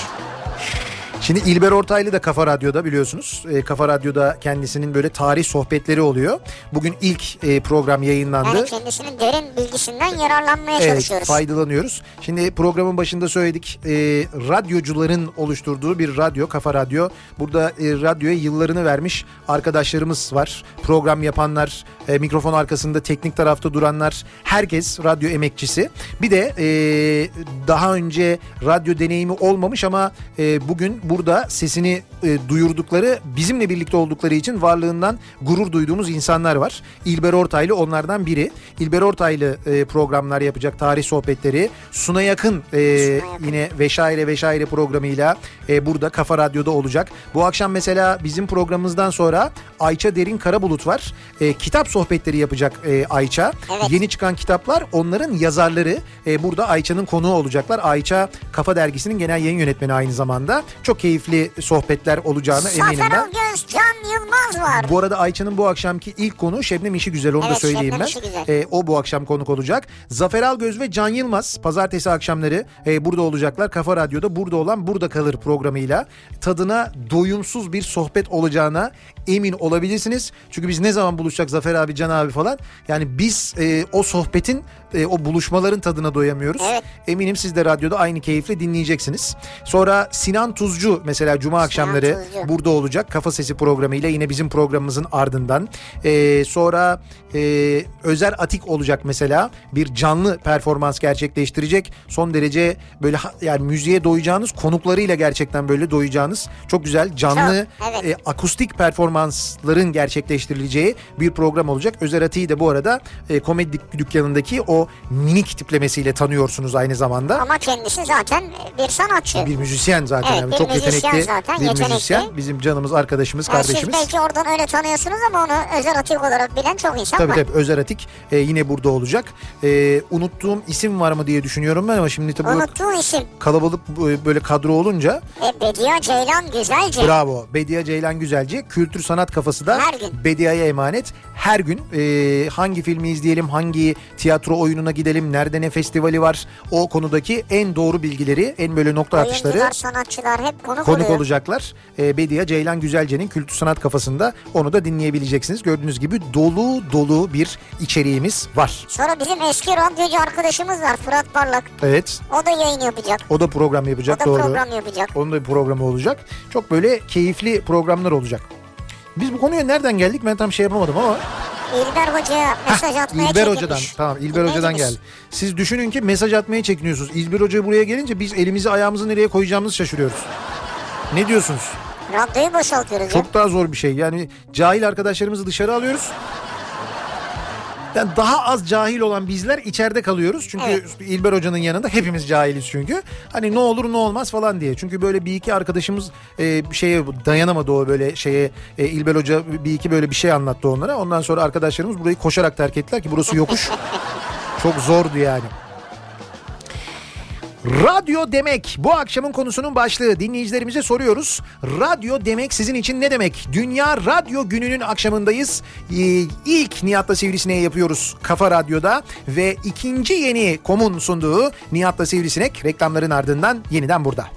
Şimdi İlber Ortaylı da Kafa Radyo'da biliyorsunuz. E, Kafa Radyo'da kendisinin böyle tarih sohbetleri oluyor. Bugün ilk e, program yayınlandı. Yani kendisinin derin bilgisinden yararlanmaya Evet, çalışıyoruz. faydalanıyoruz. Şimdi programın başında söyledik. E, radyocuların oluşturduğu bir radyo, Kafa Radyo. Burada e, radyoya yıllarını vermiş arkadaşlarımız var. Program yapanlar, e, mikrofon arkasında teknik tarafta duranlar. Herkes radyo emekçisi. Bir de e, daha önce radyo deneyimi olmamış ama e, bugün burada sesini e, duyurdukları, bizimle birlikte oldukları için varlığından gurur duyduğumuz insanlar var. İlber Ortaylı onlardan biri. İlber Ortaylı e, programlar yapacak, tarih sohbetleri. Suna Yakın, e, Yakın. yine Veşaire Veşaire programıyla e, burada Kafa Radyo'da olacak. Bu akşam mesela bizim programımızdan sonra Ayça Derin Karabulut var. E, kitap sohbetleri yapacak e, Ayça. Evet. Yeni çıkan kitaplar, onların yazarları e, burada Ayça'nın konuğu olacaklar. Ayça Kafa Dergisi'nin genel yayın yönetmeni aynı zamanda. Çok keyifli sohbetler olacağına eminim Zafer ben. Algöz, Can Yılmaz var. Bu arada Ayça'nın bu akşamki ilk konu Şebnem İşi Güzel, onu da Evet, söyleyeyim Şebnem ben. İşi Güzel. Ee, o bu akşam konuk olacak. Zafer Algöz ve Can Yılmaz pazartesi akşamları e, burada olacaklar. Kafa Radyo'da Burada Olan Burada Kalır programıyla tadına doyumsuz bir sohbet olacağına emin olabilirsiniz. Çünkü biz ne zaman buluşacak Zafer abi, Can abi falan, yani biz e, o sohbetin, e, o buluşmaların tadına doyamıyoruz. Evet. Eminim siz de radyoda aynı keyifle dinleyeceksiniz. Sonra Sinan Tuzcu mesela Cuma akşamları Tuzcu. burada olacak. Kafa Sesi programıyla yine bizim programımızın ardından. Ee, sonra e, Özer Atik olacak mesela. Bir canlı performans gerçekleştirecek. Son derece böyle ha- yani müziğe doyacağınız, konuklarıyla gerçekten böyle doyacağınız çok güzel canlı Çok, evet. e, akustik performansların gerçekleştirileceği bir program olacak. Özer Atik'i de bu arada e, komedi dükkanındaki o minik tiplemesiyle tanıyorsunuz aynı zamanda. Ama kendisi zaten bir sanatçı. Bir müzisyen zaten. Evet, yani bir çok müzisyen yetenekli zaten, bir yetenekli. müzisyen. Bizim canımız, arkadaşımız, Yani siz kardeşimiz. belki oradan öyle tanıyorsunuz ama onu Özer Atik olarak bilen çok insan Tabii var. tabii, Özer Atik e, yine burada olacak. E, unuttuğum isim var mı diye düşünüyorum ben ama şimdi tabii bu Unuttuğu isim. kalabalık e, böyle kadro olunca E, Bediye Ceylan Güzelce. bravo. Bediye Ceylan Güzelce, kültür sanat kafası da Her gün. Bediye'ye emanet. Her gün e, hangi filmi izleyelim, hangi tiyatro oyununa gidelim, nerede ne festivali var, o konudaki en doğru bilgileri, en böyle nokta atışları Oyuncular, sanatçılar hep konuk, konuk oluyor. olacaklar. E, Bediye Ceylan Güzelce'nin kültür sanat kafasında, onu da dinleyebileceksiniz. Gördüğünüz gibi dolu dolu bir içeriğimiz var. Sonra bizim eski radyocu arkadaşımız var Fırat Parlak. Evet. O da yayın yapacak. O da program yapacak, O da doğru. program yapacak. Onun da bir programı olacak. Çok böyle keyifli programlar olacak. Biz bu konuya nereden geldik ben tam şey yapamadım ama İlber Hoca'ya mesaj atmaya İlber çekinmiş. Hoca'dan tamam İlber Hoca'dan Neymiş? geldi. Siz düşünün ki mesaj atmaya çekiniyorsunuz. İlber Hoca buraya gelince biz elimizi ayağımızı nereye koyacağımızı şaşırıyoruz. Ne diyorsunuz? Radyoyu boşaltıyoruz ya. Çok daha zor bir şey. Yani cahil arkadaşlarımızı dışarı alıyoruz. Yani daha az cahil olan bizler içeride kalıyoruz. Çünkü Evet. İlber Hoca'nın yanında hepimiz cahiliz çünkü. Hani ne olur ne olmaz falan diye. Çünkü böyle bir iki arkadaşımız e, şeye dayanamadı o böyle şeye. E, İlber Hoca bir iki böyle bir şey anlattı onlara. Ondan sonra arkadaşlarımız burayı koşarak terk ettiler ki burası yokuş. Çok zordu yani. Radyo demek bu akşamın konusunun başlığı. Dinleyicilerimize soruyoruz. Radyo demek sizin için ne demek? Dünya Radyo Günü'nün akşamındayız. Ee, ilk Nihat'la Sivrisinek yapıyoruz Kafa Radyo'da ve ikinci yeni Kom'un sunduğu Nihat'la Sivrisinek reklamların ardından yeniden burada.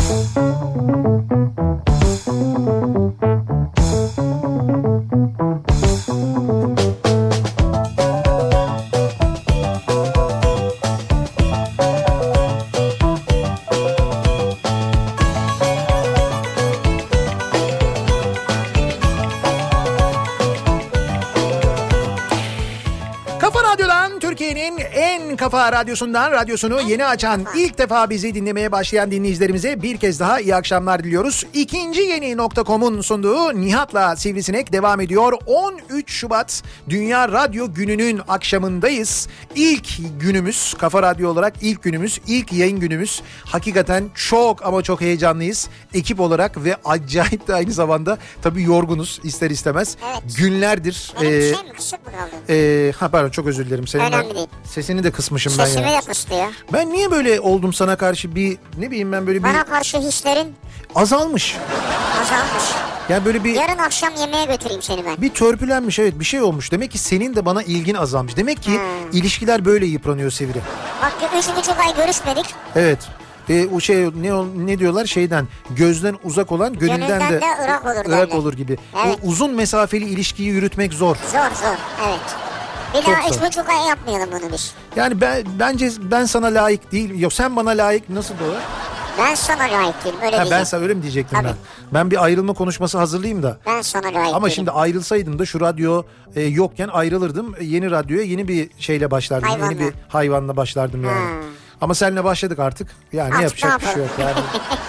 Türkiye'nin en kafa radyosundan, radyosunu yeni açan, ilk defa bizi dinlemeye başlayan dinleyicilerimize bir kez daha iyi akşamlar diliyoruz. İkinci yeni nokta com'un sunduğu Nihat'la Sivrisinek devam ediyor. on üç Şubat Dünya Radyo Günü'nün akşamındayız. İlk günümüz, Kafa Radyo olarak ilk günümüz, ilk yayın günümüz. Hakikaten çok ama çok heyecanlıyız. Ekip olarak ve acayip de aynı zamanda tabii yorgunuz ister istemez. Evet. Günlerdir. Benim E, şey mi kısık mı kaldı? e, ha pardon çok özür dilerim. Senin Önemli değil. Sesini de kısmışım Sesimi ben ya. de kıstı ya. Ben niye böyle oldum sana karşı bir ne bileyim ben böyle bir Bana karşı hislerin azalmış. azalmış. Yani böyle bir Yarın akşam yemeğe götüreyim seni ben. bir törpülenmiş evet bir şey olmuş. Demek ki senin de bana ilgin azalmış. Demek ki ilişkiler böyle yıpranıyor Sivri. Bak üç buçuk ay görüşmedik. Evet. E, o şey ne ne diyorlar şeyden gözden uzak olan gönülden, Gönülden de, de ırak olur ırak derler. olur gibi. Evet. O uzun mesafeli ilişkiyi yürütmek zor. Zor zor evet. Bir Çok daha üç zor. buçuk ay yapmayalım bunu biz. Yani ben bence ben sana layık değil. Yok sen bana layık nasıl doğru? Ben sana layık değilim öyle Ha, diyeceğim. ben sana öyle mi diyecektim Tabii. ben? Ben bir ayrılma konuşması hazırlayayım da. Ben sana layık Ama değilim. şimdi ayrılsaydım da şu radyo e, yokken ayrılırdım. Yeni radyoya yeni bir şeyle başlardım. Hayvanla. Yeni bir hayvanla başlardım yani. Hmm. Ama seninle başladık artık. Yani Artık yapacak ne bir şey yok yani.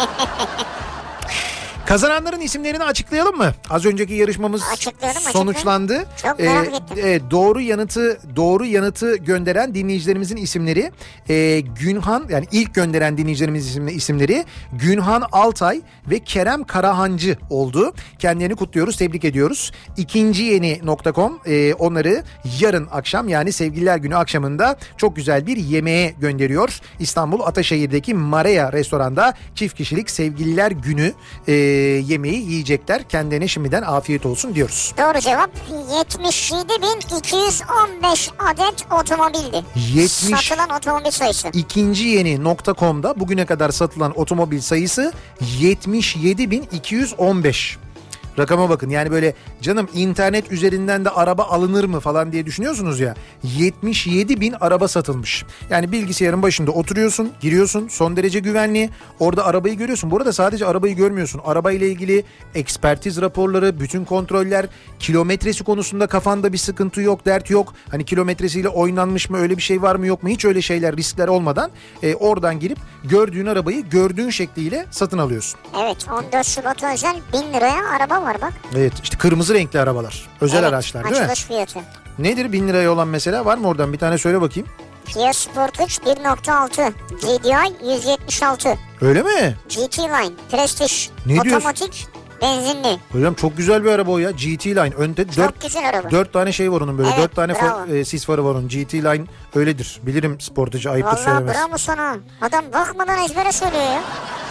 Kazananların isimlerini açıklayalım mı? Az önceki yarışmamız Açıklayalım, sonuçlandı. Çok merak ettim. e, doğru yanıtı doğru yanıtı gönderen dinleyicilerimizin isimleri e, Günhan yani ilk gönderen dinleyicilerimizin isimli isimleri Günhan Altay ve Kerem Karahancı oldu. Kendilerini kutluyoruz, tebrik ediyoruz. İkinci yeni nokta com e, onları yarın akşam yani Sevgililer Günü akşamında çok güzel bir yemeğe gönderiyor. İstanbul Ataşehir'deki Marea restoranda çift kişilik Sevgililer Günü e, yemeği yiyecekler. Kendilerine şimdiden afiyet olsun diyoruz. Doğru cevap yetmiş yedi bin iki yüz on beş adet otomobildi. yetmiş Satılan otomobil sayısı. İkinci yeni nokta com'da bugüne kadar satılan otomobil sayısı yetmiş yedi bin iki yüz on beş. Rakama bakın yani böyle canım internet üzerinden de araba alınır mı falan diye düşünüyorsunuz ya. yetmiş yedi bin araba satılmış. Yani bilgisayarın başında oturuyorsun, giriyorsun, son derece güvenli. Orada arabayı görüyorsun. Bu arada sadece arabayı görmüyorsun. Arabayla ilgili ekspertiz raporları, bütün kontroller, kilometresi konusunda kafanda bir sıkıntı yok, dert yok. Hani kilometresiyle oynanmış mı öyle bir şey var mı yok mu hiç öyle şeyler riskler olmadan e, oradan girip gördüğün arabayı gördüğün şekliyle satın alıyorsun. Evet on dört Şubat'a özel bin liraya araba var bak. Evet işte kırmızı renkli arabalar. Özel Evet, araçlar değil mi? açılış fiyatı. Nedir bin liraya olan mesela var mı oradan bir tane söyle bakayım. Kia Sportage bir nokta altı, G D I yüz yetmiş altı, Öyle mi? G T Line, Prestige, Ne diyorsun? otomatik, benzinli. Hocam çok güzel bir araba o ya. G T Line. Önde Çok dört, güzel araba. dört tane şey var onun böyle. Evet, dört tane bravo. fa- e, sis farı var onun. G T Line öyledir. Bilirim sportacı ayıp da Vallahi söylemez. bravo sana. Adam bakmadan ezbere söylüyor ya.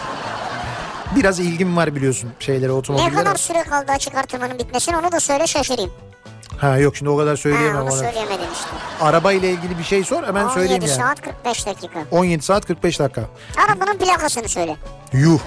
Biraz ilgim var biliyorsun şeylere Ne otomobillere. kadar süre kaldı açık artırmanın bitmesine onu da söyle şaşırayım. Ha yok şimdi o kadar Ha, söyleyemem. onu ona. söyleyemedim işte. Araba ile ilgili bir şey sor hemen söyleyeyim on yedi yani. saat kırk beş dakika. on yedi saat kırk beş dakika. Arabanın plakasını söyle. Yuh.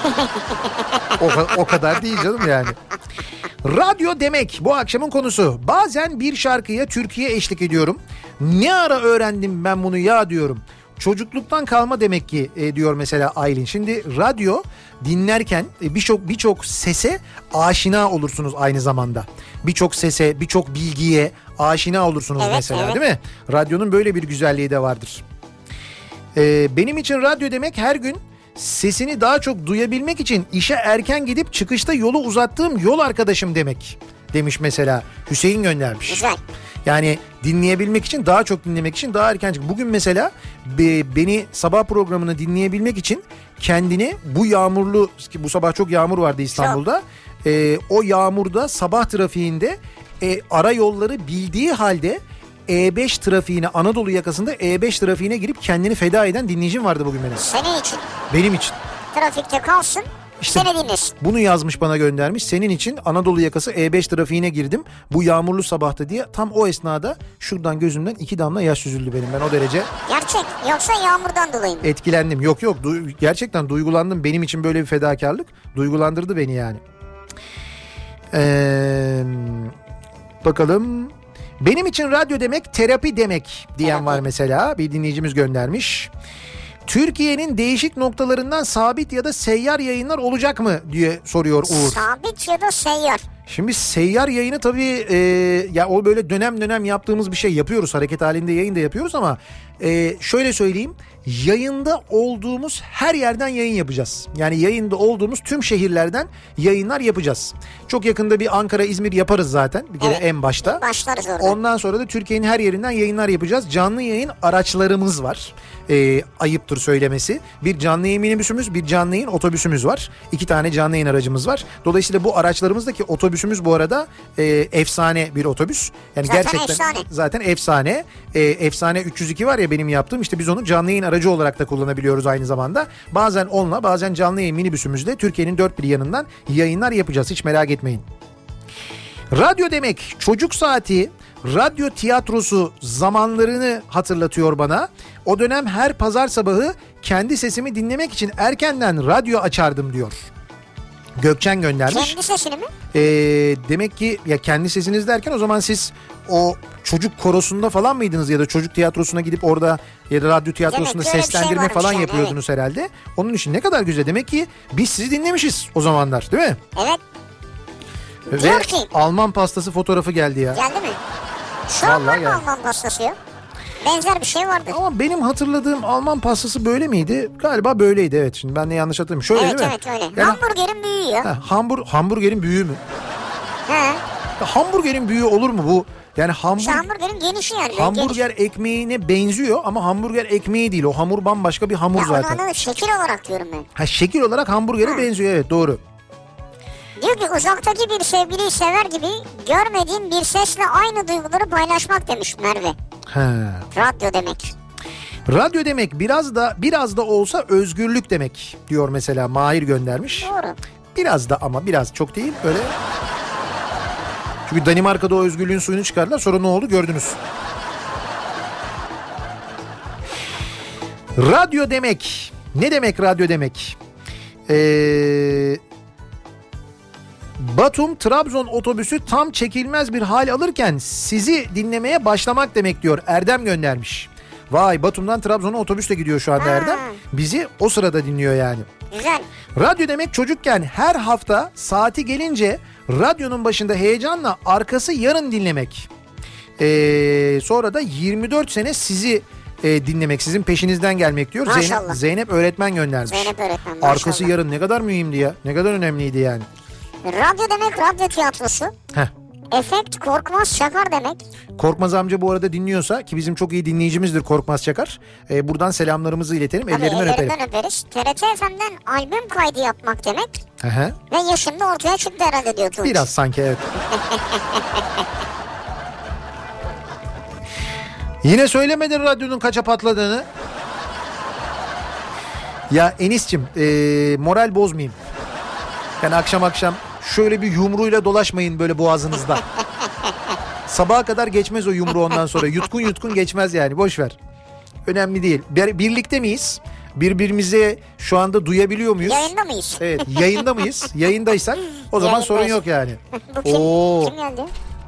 o, ka- o kadar değil canım yani. Radyo demek bu akşamın konusu. Bazen bir şarkıya Türkiye eşlik ediyorum. Ne ara öğrendim ben bunu ya diyorum. çocukluktan kalma demek ki e, diyor mesela Aylin. Şimdi radyo dinlerken e, birçok birçok sese aşina olursunuz aynı zamanda. Birçok sese, birçok bilgiye aşina olursunuz Evet, mesela, evet. değil mi? Radyonun böyle bir güzelliği de vardır. E, benim için radyo demek her gün sesini daha çok duyabilmek için işe erken gidip çıkışta yolu uzattığım yol arkadaşım demek demiş mesela. Hüseyin göndermiş. Güzel. Yani dinleyebilmek için, daha çok dinlemek için daha erken çık. Bugün mesela be, beni sabah programını dinleyebilmek için kendini bu yağmurlu, bu sabah çok yağmur vardı İstanbul'da. E, o yağmurda sabah trafiğinde e, ara yolları bildiği halde E beş trafiğine, Anadolu yakasında E beş trafiğine girip kendini feda eden dinleyicim vardı bugün benim. Senin için. Benim için. Trafikte kalsın. İşte seni dinlesin. Bunu yazmış, bana göndermiş. Senin için Anadolu yakası E beş trafiğine girdim bu yağmurlu sabahta diye. Tam o esnada şuradan gözümden iki damla yaş süzüldü benim. Ben o derece Gerçek yoksa yağmurdan dolayı mı? etkilendim. Yok yok du- gerçekten duygulandım. Benim için böyle bir fedakarlık duygulandırdı beni yani. Ee, bakalım. Benim için radyo demek terapi demek diyen Terapi. var mesela. Bir dinleyicimiz göndermiş. Türkiye'nin değişik noktalarından sabit ya da seyyar yayınlar olacak mı diye soruyor Uğur. Sabit ya da seyyar. Şimdi seyyar yayını tabii e, ya o böyle dönem dönem yaptığımız bir şey, yapıyoruz. Hareket halinde yayın da yapıyoruz ama e, şöyle söyleyeyim. Yayında olduğumuz her yerden yayın yapacağız. Yani yayında olduğumuz tüm şehirlerden yayınlar yapacağız. Çok yakında bir Ankara, İzmir yaparız zaten bir kere, Evet. en başta. Başlarız orada. Ondan sonra da Türkiye'nin her yerinden yayınlar yapacağız. Canlı yayın araçlarımız var. Ee, ayıptır söylemesi. Bir canlı yayın minibüsümüz, bir canlı yayın otobüsümüz var. İki tane canlı yayın aracımız var. Dolayısıyla bu araçlarımızdaki otobüsümüz bu arada e, efsane bir otobüs. Yani Zaten gerçekten efsane. zaten efsane. E, efsane üç yüz iki var ya benim yaptığım, işte biz onu canlı yayın aracı olarak da kullanabiliyoruz aynı zamanda. Bazen onunla, bazen canlı yayın minibüsümüzle Türkiye'nin dört bir yanından yayınlar yapacağız. Hiç merak etmeyin. Radyo demek çocuk saati, radyo tiyatrosu zamanlarını hatırlatıyor bana. O dönem her pazar sabahı kendi sesimi dinlemek için erkenden radyo açardım diyor. Gökçen göndermiş. Kendi sesini mi? Ee, demek ki ya kendi sesiniz derken o zaman siz o çocuk korosunda falan mıydınız ya da çocuk tiyatrosuna gidip orada ya da radyo tiyatrosunda Demek ki öyle bir şey seslendirme varmış falan yani, yapıyordunuz herhalde. Onun için ne kadar güzel. Demek ki biz sizi dinlemişiz o zamanlar, değil mi? Evet. Ve Diyor ki- Alman pastası fotoğrafı geldi ya. Geldi mi? Şu an var Vallahi mı geldi. Alman pastası ya? Benzer bir şey vardı. Ama benim hatırladığım Alman pastası böyle miydi? Galiba böyleydi, evet. Şimdi ben de yanlış hatırlamıyorum. Şöyle Evet değil mi? evet öyle. Yani, Hamburgerin büyüğü ya. ha, hambur, hamburgerin büyüğü mü? He. Ya hamburgerin büyüğü olur mu bu? Yani hamburg, İşte hamburgerin genişi yani. hamburger Geniş. ekmeğine benziyor ama hamburger ekmeği değil. O hamur bambaşka bir hamur Ya zaten. onu şekil olarak diyorum ben. Ha, şekil olarak hamburgere Ha. benziyor, evet, doğru. Diyor ki uzaktaki bir sevgiliyi sever gibi görmediğim bir sesle aynı duyguları paylaşmak demiş Merve. Ha. Radyo demek. Radyo demek biraz da biraz da olsa özgürlük demek diyor mesela, Mahir göndermiş. Doğru. Biraz da, ama biraz, çok değil böyle. Çünkü Danimarka'da o özgürlüğün suyunu çıkardılar, sonra ne oldu gördünüz. Radyo demek. Ne demek radyo demek? Ee, Batum Trabzon otobüsü tam çekilmez bir hal alırken sizi dinlemeye başlamak demek diyor. Erdem göndermiş. Vay, Batum'dan Trabzon'a otobüsle gidiyor şu anda Ha. Erdem. Bizi o sırada dinliyor yani. Güzel. Radyo demek çocukken her hafta saati gelince radyonun başında heyecanla arkası yarın dinlemek. Ee, sonra da yirmi dört sene sizi e, dinlemek, sizin peşinizden gelmek diyor. Maşallah. Zeynep, Zeynep öğretmen göndermiş. Zeynep öğretmen maşallah. Arkası yarın ne kadar mühimdi ya. Ne kadar önemliydi yani. Radyo demek radyo tiyatrosu. Heh. Efekt Korkmaz Çakar demek. Korkmaz amca bu arada dinliyorsa, ki bizim çok iyi dinleyicimizdir Korkmaz Çakar. Ee, buradan selamlarımızı iletelim. Tabii Ellerinden öpelim. ellerinden öperiz. T R T F M'den albüm kaydı yapmak demek. Hı hı. Ve yaşında ortaya çıktı herhalde diyor Tunç. Biraz sanki, evet. Yine söylemedin radyonun kaça patladığını. Ya Enis'cim ee, moral bozmayayım. Yani akşam akşam şöyle bir yumruğuyla dolaşmayın böyle boğazınızda. Sabaha kadar geçmez o yumruğu ondan sonra. Yutkun yutkun geçmez yani, boş ver. Önemli değil. Bir, birlikte miyiz? Birbirimizi şu anda duyabiliyor muyuz? Yayında mıyız? Evet, yayında mıyız? Yayındaysak o zaman Yayındayız. sorun yok yani. Bu kim? Oo. Kim geldi?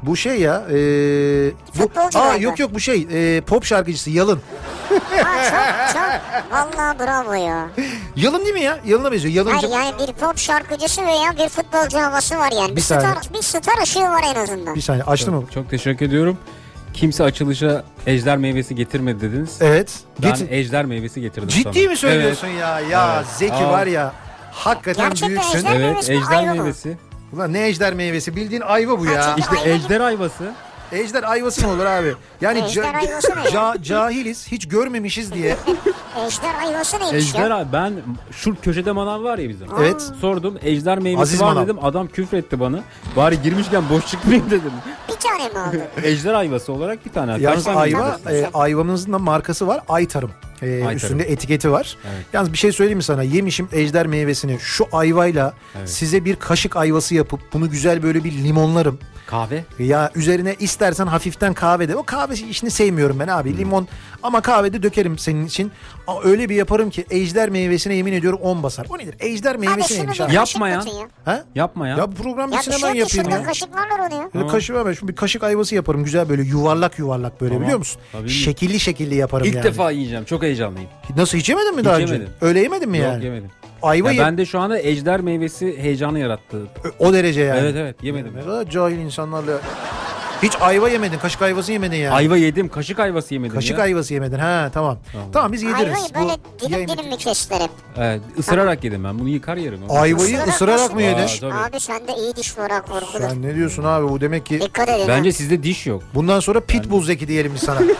Bu şey ya. E, bu, Futbolcu aa, galiba. yok yok bu şey. E, pop şarkıcısı Yalın. Ha, çok çok. Vallahi bravo ya. Yalın değil mi ya? Yalın'a benziyor. Yalıncı. Hayır yani bir pop şarkıcısı veya bir futbolcu havası var yani. Bir, Bir star, saniye. bir star ışığı var en azından. Bir saniye açtı mı? Çok teşekkür ediyorum. Kimse açılışa ejder meyvesi getirmedi dediniz. Evet. Ben Getir. ejder meyvesi getirdim sana. Ciddi mi söylüyorsun ya? Ya Evet. Zeki Aa. var ya. Hakikaten Gerçekten büyüksün. ejder- Evet, meyvesi mi, ejder ayva mı? meyvesi. Ulan ne ejder meyvesi? Bildiğin ayva bu ya. Ha, İşte Ayva ejder ayvası. Ejder ayvası mı olur abi? Yani Ejder ca- ayvası ne ya? ca- cahiliz, hiç görmemişiz diye. Ejder ayvası neymiş Ejder ya? ay- ben şu köşede manav var ya bizim. Evet. Sordum ejder meyvesi Aziz var manav. dedim. Adam küfretti bana. Bari girmişken boş çıkmayayım dedim. Bir tane mi aldın? Ejder ayvası olarak bir tane. Yalnız Kaç tane ayva, yediniz? e, ayvamızın da markası var. Aytarım. E, Aytarım. Üstünde etiketi var. Evet. Yalnız bir şey söyleyeyim mi sana? Yemişim ejder meyvesini. Şu ayvayla Evet. size bir kaşık ayvası yapıp bunu güzel böyle bir limonlarım. Kahve. Ya üzerine istersen hafiften kahve de. O kahve işini sevmiyorum ben abi. Limon ama kahvede dökerim senin için. Aa, öyle bir yaparım ki ejder meyvesine yemin ediyorum on basar. O nedir? Ejder Abi meyvesi şunu neymiş bir abi? Yap- kaşık Yapma ya. atın ya. Ha? Yapma ya. Ya bu program Ya bitsin bir şey hemen yok ki yapayım şurada ya. kaşık var onu ya. Böyle kaşığı var. Şimdi bir kaşık ayvası yaparım güzel böyle yuvarlak yuvarlak böyle Tamam. biliyor musun? Tabii. Şekilli şekilli yaparım İlk yani. defa yiyeceğim. Çok heyecanlıyım. Nasıl hiç yemedin mi Hiç daha önce? yemedim. Öyle yemedin mi Yok yani? yemedim. Ayva Ya ye- ben de şu anda ejder meyvesi heyecanı yarattı. o derece yani. Evet evet yemedim. Ne kadar cahil insanlarla. Hiç ayva yemedin, kaşık ayvası yemedin yani. Ayva yedim, kaşık ayvası yemedim Kaşık ya. ayvası yemedin. Ha tamam. Tamam, Tamam. biz yediririz. Ayvayı böyle Bu dilim yayın- dilim mi kestirim? Evet, ısırarak yedim ben. Bunu yıkar yerim. Ayvayı ısırarak nasıl mı yedin? Aa, tabii. Abi sende iyi diş var ha korkulur. Sen ne diyorsun abi? Bu demek ki Dikkat edin Bence ha. sizde diş yok. bundan sonra pitbull Zeki diyelim biz sana. Bence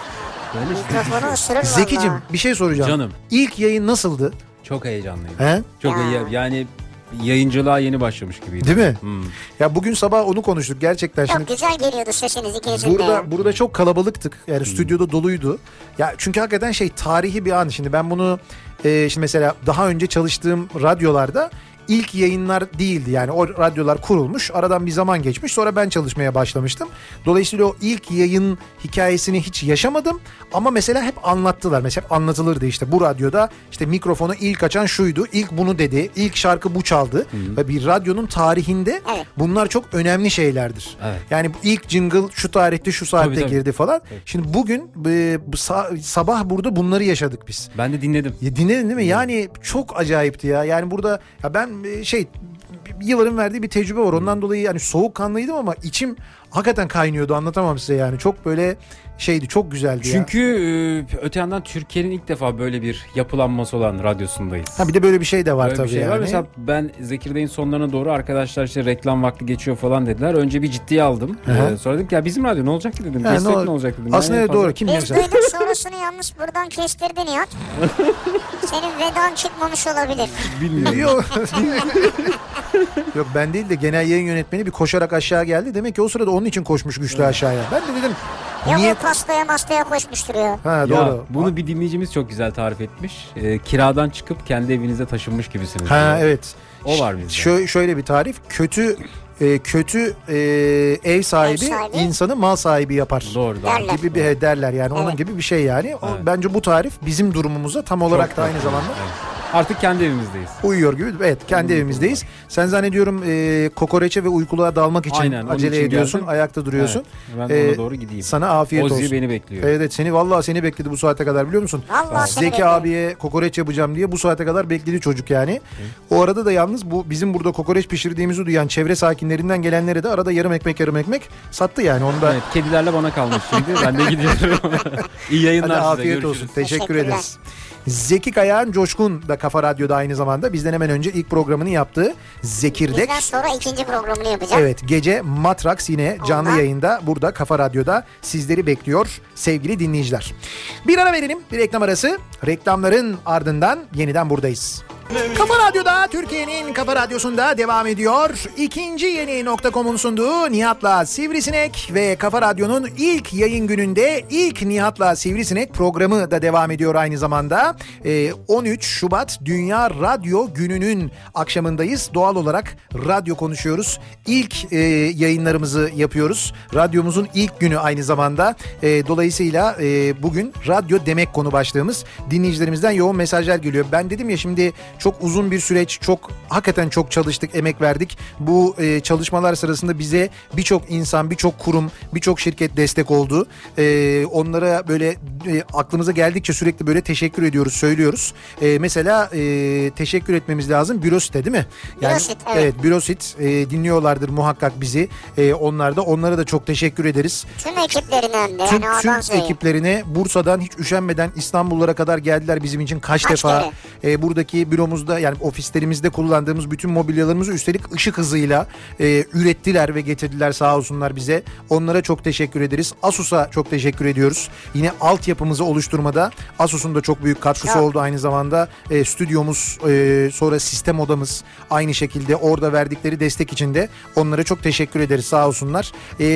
sizde diş Mikrofonu yok. ısırır valla. Zekicim bir şey soracağım. Canım. İlk yayın nasıldı? Çok heyecanlıyım. He? Çok Ya. iyi. Yani yayıncılığa yeni başlamış gibiydi. Değil mi? Hmm. Ya bugün sabah onu konuştuk gerçekten. Çok Şimdi güzel geliyordu sesiniz ikinizin de ya. burada burada çok kalabalıktık. Yani stüdyoda doluydu. Ya çünkü hakikaten şey tarihi bir an. Şimdi ben bunu e, şimdi mesela daha önce çalıştığım radyolarda ilk yayınlar değildi. Yani o radyolar kurulmuş. Aradan bir zaman geçmiş. Sonra ben çalışmaya başlamıştım. Dolayısıyla o ilk yayın hikayesini hiç yaşamadım. Ama mesela hep anlattılar. Mesela hep anlatılırdı işte bu radyoda işte mikrofonu ilk açan şuydu. İlk bunu dedi. İlk şarkı bu çaldı. Ve bir radyonun tarihinde Evet. bunlar çok önemli şeylerdir. Evet. Yani bu ilk jingle şu tarihte şu saatte Tabii, tabii. girdi falan. Şimdi bugün e, bu sa- sabah burada bunları yaşadık biz. Ben de dinledim. Ya dinledin değil mi? Yani çok acayipti ya. Yani burada ya ben e, şey yılların verdiği bir tecrübe var. Ondan dolayı yani soğukkanlıydım ama içim hakikaten kaynıyordu. Anlatamam size yani. Çok böyle şeydi. Çok güzeldi ya. Çünkü e, öte yandan Türkiye'nin ilk defa böyle bir yapılanması olan radyosundayız. Ha bir de böyle bir şey de var Böyle tabii bir şey yani. var. Mesela ben Zekirdek'in sonlarına doğru arkadaşlar işte reklam vakti geçiyor falan dediler. Önce bir ciddiye aldım. Hı hı. Ee, sonra dedim ki ya bizim radyo ne olacak ki dedim. Ha, Destek ne ne, ol- olacak dedim. Aslında Yani evet, fazla- doğru. Kim Biz bilir? duyduk sonrasını yalnız buradan kestirdi Nihat. Senin vedan çıkmamış olabilir. Bilmiyorum. Yok. Yok ben değil de genel yayın yönetmeni bir koşarak aşağı geldi. Demek ki o sırada onun için koşmuş güçlü aşağıya. Ben de dedim Ya niye? o pastaya mastaya koşmuştur ya. Ha Ya, doğru. bunu bir dinleyicimiz çok güzel tarif etmiş. Ee, kiradan çıkıp kendi evinize taşınmış gibisiniz. Ha diyor. evet. O var bizde. Şöyle, şöyle bir tarif. Kötü e, kötü e, ev sahibi, Ev sahibi. insanı mal sahibi yapar. Doğru doğru. Derler. Gibi bir derler yani onun Evet. gibi bir şey yani. O, Evet. Bence bu tarif bizim durumumuza tam olarak Çok da aynı tatlı. zamanda Evet. Artık kendi evimizdeyiz. uyuyor gibi. Evet kendi Bunun evimizdeyiz. durumu Sen zannediyorum e, kokoreçe ve uykuluğa dalmak için Aynen, onun acele için ediyorsun. geldim. Ayakta duruyorsun. Evet, ben Ee, ona doğru gideyim. Sana afiyet Ozi olsun. beni bekliyor. Evet evet, seni vallahi seni bekledi bu saate kadar biliyor musun? Vallahi seni Zeki bekliyor. abiye kokoreç yapacağım diye bu saate kadar bekledi çocuk yani. O arada da yalnız bu bizim burada kokoreç pişirdiğimizi duyan çevre sakinlerinden gelenlere de arada yarım ekmek yarım ekmek sattı yani. Onu da Evet, kedilerle bana kalmış şimdi. Ben de gidiyorum. İyi yayınlar hadi size. afiyet Görüşürüz. olsun. Teşekkür Teşekkürler. ederiz. Zeki Kayağan Coşkun da Kafa Radyo'da aynı zamanda. Bizden hemen önce ilk programını yaptığı Zekirdek. Bizden sonra ikinci programını yapacağım. Evet, gece Matrax yine canlı Ondan. yayında burada Kafa Radyo'da sizleri bekliyor sevgili dinleyiciler. Bir ara verelim, bir reklam arası. Reklamların ardından yeniden buradayız. Kafa Radyo'da, Türkiye'nin Kafa Radyosu'nda devam ediyor. İkinci yeni nokta com'un sunduğu Nihat'la Sivrisinek ve Kafa Radyo'nun ilk yayın gününde ilk Nihat'la Sivrisinek programı da devam ediyor aynı zamanda. Ee, on üç Şubat Dünya Radyo Günü'nün akşamındayız. Doğal olarak radyo konuşuyoruz. İlk e, yayınlarımızı yapıyoruz. Radyomuzun ilk günü aynı zamanda. E, dolayısıyla e, bugün radyo demek konu başlığımız. Dinleyicilerimizden yoğun mesajlar geliyor. Ben dedim ya şimdi Çok uzun bir süreç, çok hakikaten çok çalıştık, emek verdik. Bu e, çalışmalar sırasında bize birçok insan, birçok kurum, birçok şirket destek oldu. E, onlara böyle e, aklımıza geldikçe sürekli böyle teşekkür ediyoruz, söylüyoruz. E, mesela e, teşekkür etmemiz lazım Bürosit'e, değil mi? Yani, Bürosit, evet. Evet, Bürosit e, dinliyorlardır muhakkak bizi. E, onlar da onlara da çok teşekkür ederiz. Tüm ekiplerine hem de. Tüm, Yani tüm oradan söyleyeyim. ekiplerine Bursa'dan hiç üşenmeden İstanbullara kadar geldiler bizim için kaç, Kaç defa. E, buradaki büromuzda, yani ofislerimizde kullandığımız bütün mobilyalarımızı üstelik ışık hızıyla e, ürettiler ve getirdiler sağ olsunlar bize. Onlara çok teşekkür ederiz. Asus'a çok teşekkür ediyoruz. Yine altyapımızı oluşturmada Asus'un da çok büyük katkısı Çok. oldu aynı zamanda. E, stüdyomuz, e, sonra sistem odamız aynı şekilde orada verdikleri destek için de onlara çok teşekkür ederiz sağ olsunlar. E,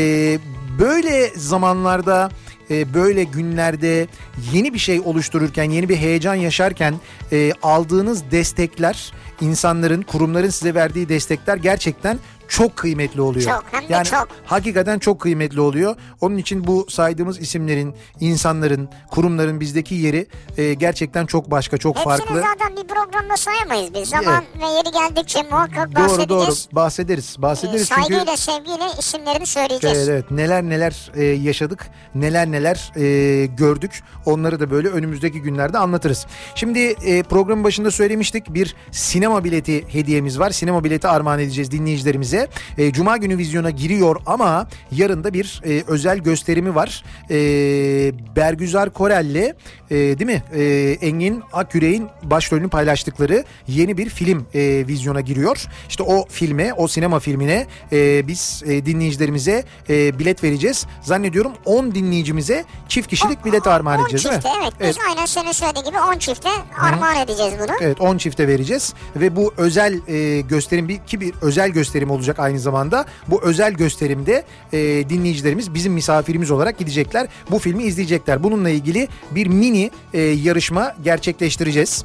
böyle zamanlarda, böyle günlerde yeni bir şey oluştururken, yeni bir heyecan yaşarken e, aldığınız destekler, insanların, kurumların size verdiği destekler gerçekten çok kıymetli oluyor. Çok, hem de yani çok. hakikaten çok kıymetli oluyor. Onun için bu saydığımız isimlerin, insanların, kurumların bizdeki yeri e, gerçekten çok başka, çok Hepsini farklı. zaten bir programda sayamayız biz. Zaman ve yeri geldikçe muhakkak Doğru bahsedeceğiz. doğru bahsederiz. Bahsederiz Ee, çünkü... Saygıyla, sevgiyle isimlerini söyleyeceğiz. Evet, evet. Neler neler e, yaşadık, neler neler e, gördük. Onları da böyle önümüzdeki günlerde anlatırız. Şimdi e, programın başında söylemiştik, bir sinema bileti hediyemiz var. Sinema bileti armağan edeceğiz dinleyicilerimize. E, Cuma günü vizyona giriyor ama yarın da bir e, özel gösterimi var. E, Bergüzar Korel'le e, değil mi? E, Engin Akyürek'in başrolünü paylaştıkları yeni bir film e, vizyona giriyor. İşte o filme, o sinema filmine e, biz e, dinleyicilerimize e, bilet vereceğiz. Zannediyorum on dinleyicimize çift kişilik bilet armağan on edeceğiz, çifte, değil mi? evet. Biz aynen senin söylediğin gibi on çifte armağan edeceğiz bunu. Evet, on çifte vereceğiz ve bu özel e, gösterim bir, ki bir özel gösterim olacak aynı zamanda. Bu özel gösterimde e, dinleyicilerimiz bizim misafirimiz olarak gidecekler. Bu filmi izleyecekler. Bununla ilgili bir mini e, yarışma gerçekleştireceğiz.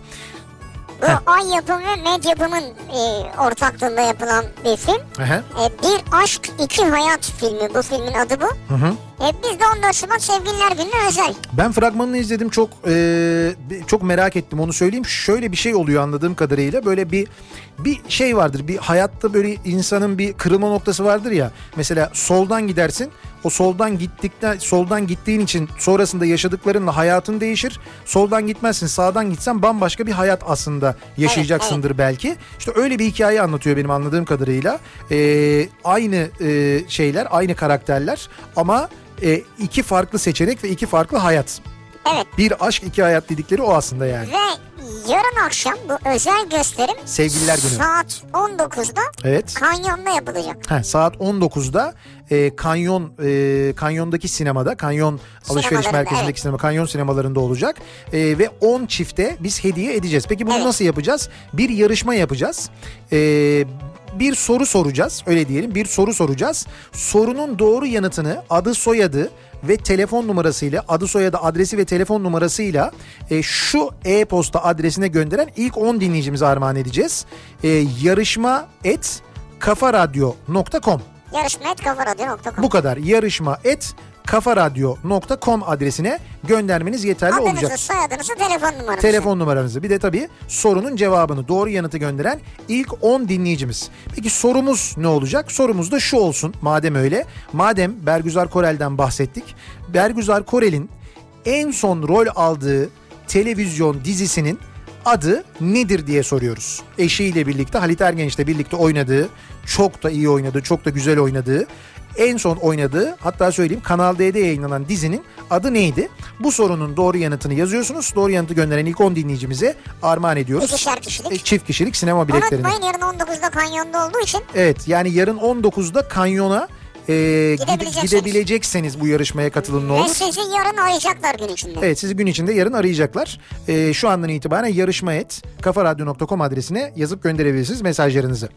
Bu Ay Yapım ve Med Yapım'ın e, ortaklığında yapılan bir film. Aha. E, Bir Aşk İki Hayat filmi, bu filmin adı bu. Hı hı. E, biz de on dört Şubat Sevgililer Günü'ne özel. Ben fragmanını izledim, çok e, çok merak ettim, onu söyleyeyim. Şöyle bir şey oluyor anladığım kadarıyla, böyle bir bir şey vardır. Bir hayatta böyle insanın bir kırılma noktası vardır ya. Mesela soldan gidersin. O soldan gittikten soldan gittiğin için sonrasında yaşadıklarınla hayatın değişir. Soldan gitmezsin, sağdan gitsen bambaşka bir hayat aslında yaşayacaksındır, evet, evet. Belki. İşte öyle bir hikaye anlatıyor benim anladığım kadarıyla. Ee, aynı e, şeyler, aynı karakterler ama e, iki farklı seçenek ve iki farklı hayat. Evet. Bir aşk, iki hayat dedikleri o aslında yani. Ve yarın akşam bu özel gösterim Sevgililer Günü. saat on dokuzda evet. Kanyon'da yapılacak. Heh, saat on dokuzda e, Kanyon e, Kanyon'daki sinemada, Kanyon alışveriş merkezindeki evet. sinema, Kanyon sinemalarında olacak. E, ve on çifte biz hediye edeceğiz. Peki bunu evet. nasıl yapacağız? Bir yarışma yapacağız. Eee Bir soru soracağız, öyle diyelim, bir soru soracağız. Sorunun doğru yanıtını adı, soyadı ve telefon numarasıyla, adı, soyadı, adresi ve telefon numarasıyla e, şu e-posta adresine gönderen ilk on dinleyicimize armağan edeceğiz. E, yarışma et kafaradyo nokta com. Yarışma et kafaradyo nokta com. Bu kadar. Yarışma et kafaradyo nokta com adresine göndermeniz yeterli Adınızı, olacak. Adınızı, soyadınızı, telefon numaranızı. Telefon numaranızı. Bir de tabii sorunun cevabını, doğru yanıtı gönderen ilk on dinleyicimiz. Peki sorumuz ne olacak? Sorumuz da şu olsun madem öyle. Madem Bergüzar Korel'den bahsettik. Bergüzar Korel'in en son rol aldığı televizyon dizisinin adı nedir diye soruyoruz. Eşiyle birlikte, Halit Ergenç'le birlikte oynadığı, çok da iyi oynadığı, çok da güzel oynadığı, en son oynadığı, hatta söyleyeyim Kanal D'de yayınlanan dizinin adı neydi? Bu sorunun doğru yanıtını yazıyorsunuz. Doğru yanıtı gönderen ilk on dinleyicimize armağan ediyoruz. İkişer kişilik. Çift kişilik sinema biletlerini. Unutmayın, yarın on dokuzda Kanyon'da olduğu için. Evet, yani yarın on dokuzda Kanyon'a e, gidebilecekseniz. gidebilecekseniz bu yarışmaya katılın ne olur. Ve sizi yarın arayacaklar gün içinde. Evet, sizi gün içinde yarın arayacaklar. E, şu andan itibaren yarışma et kafaradyo nokta com adresine yazıp gönderebilirsiniz mesajlarınızı.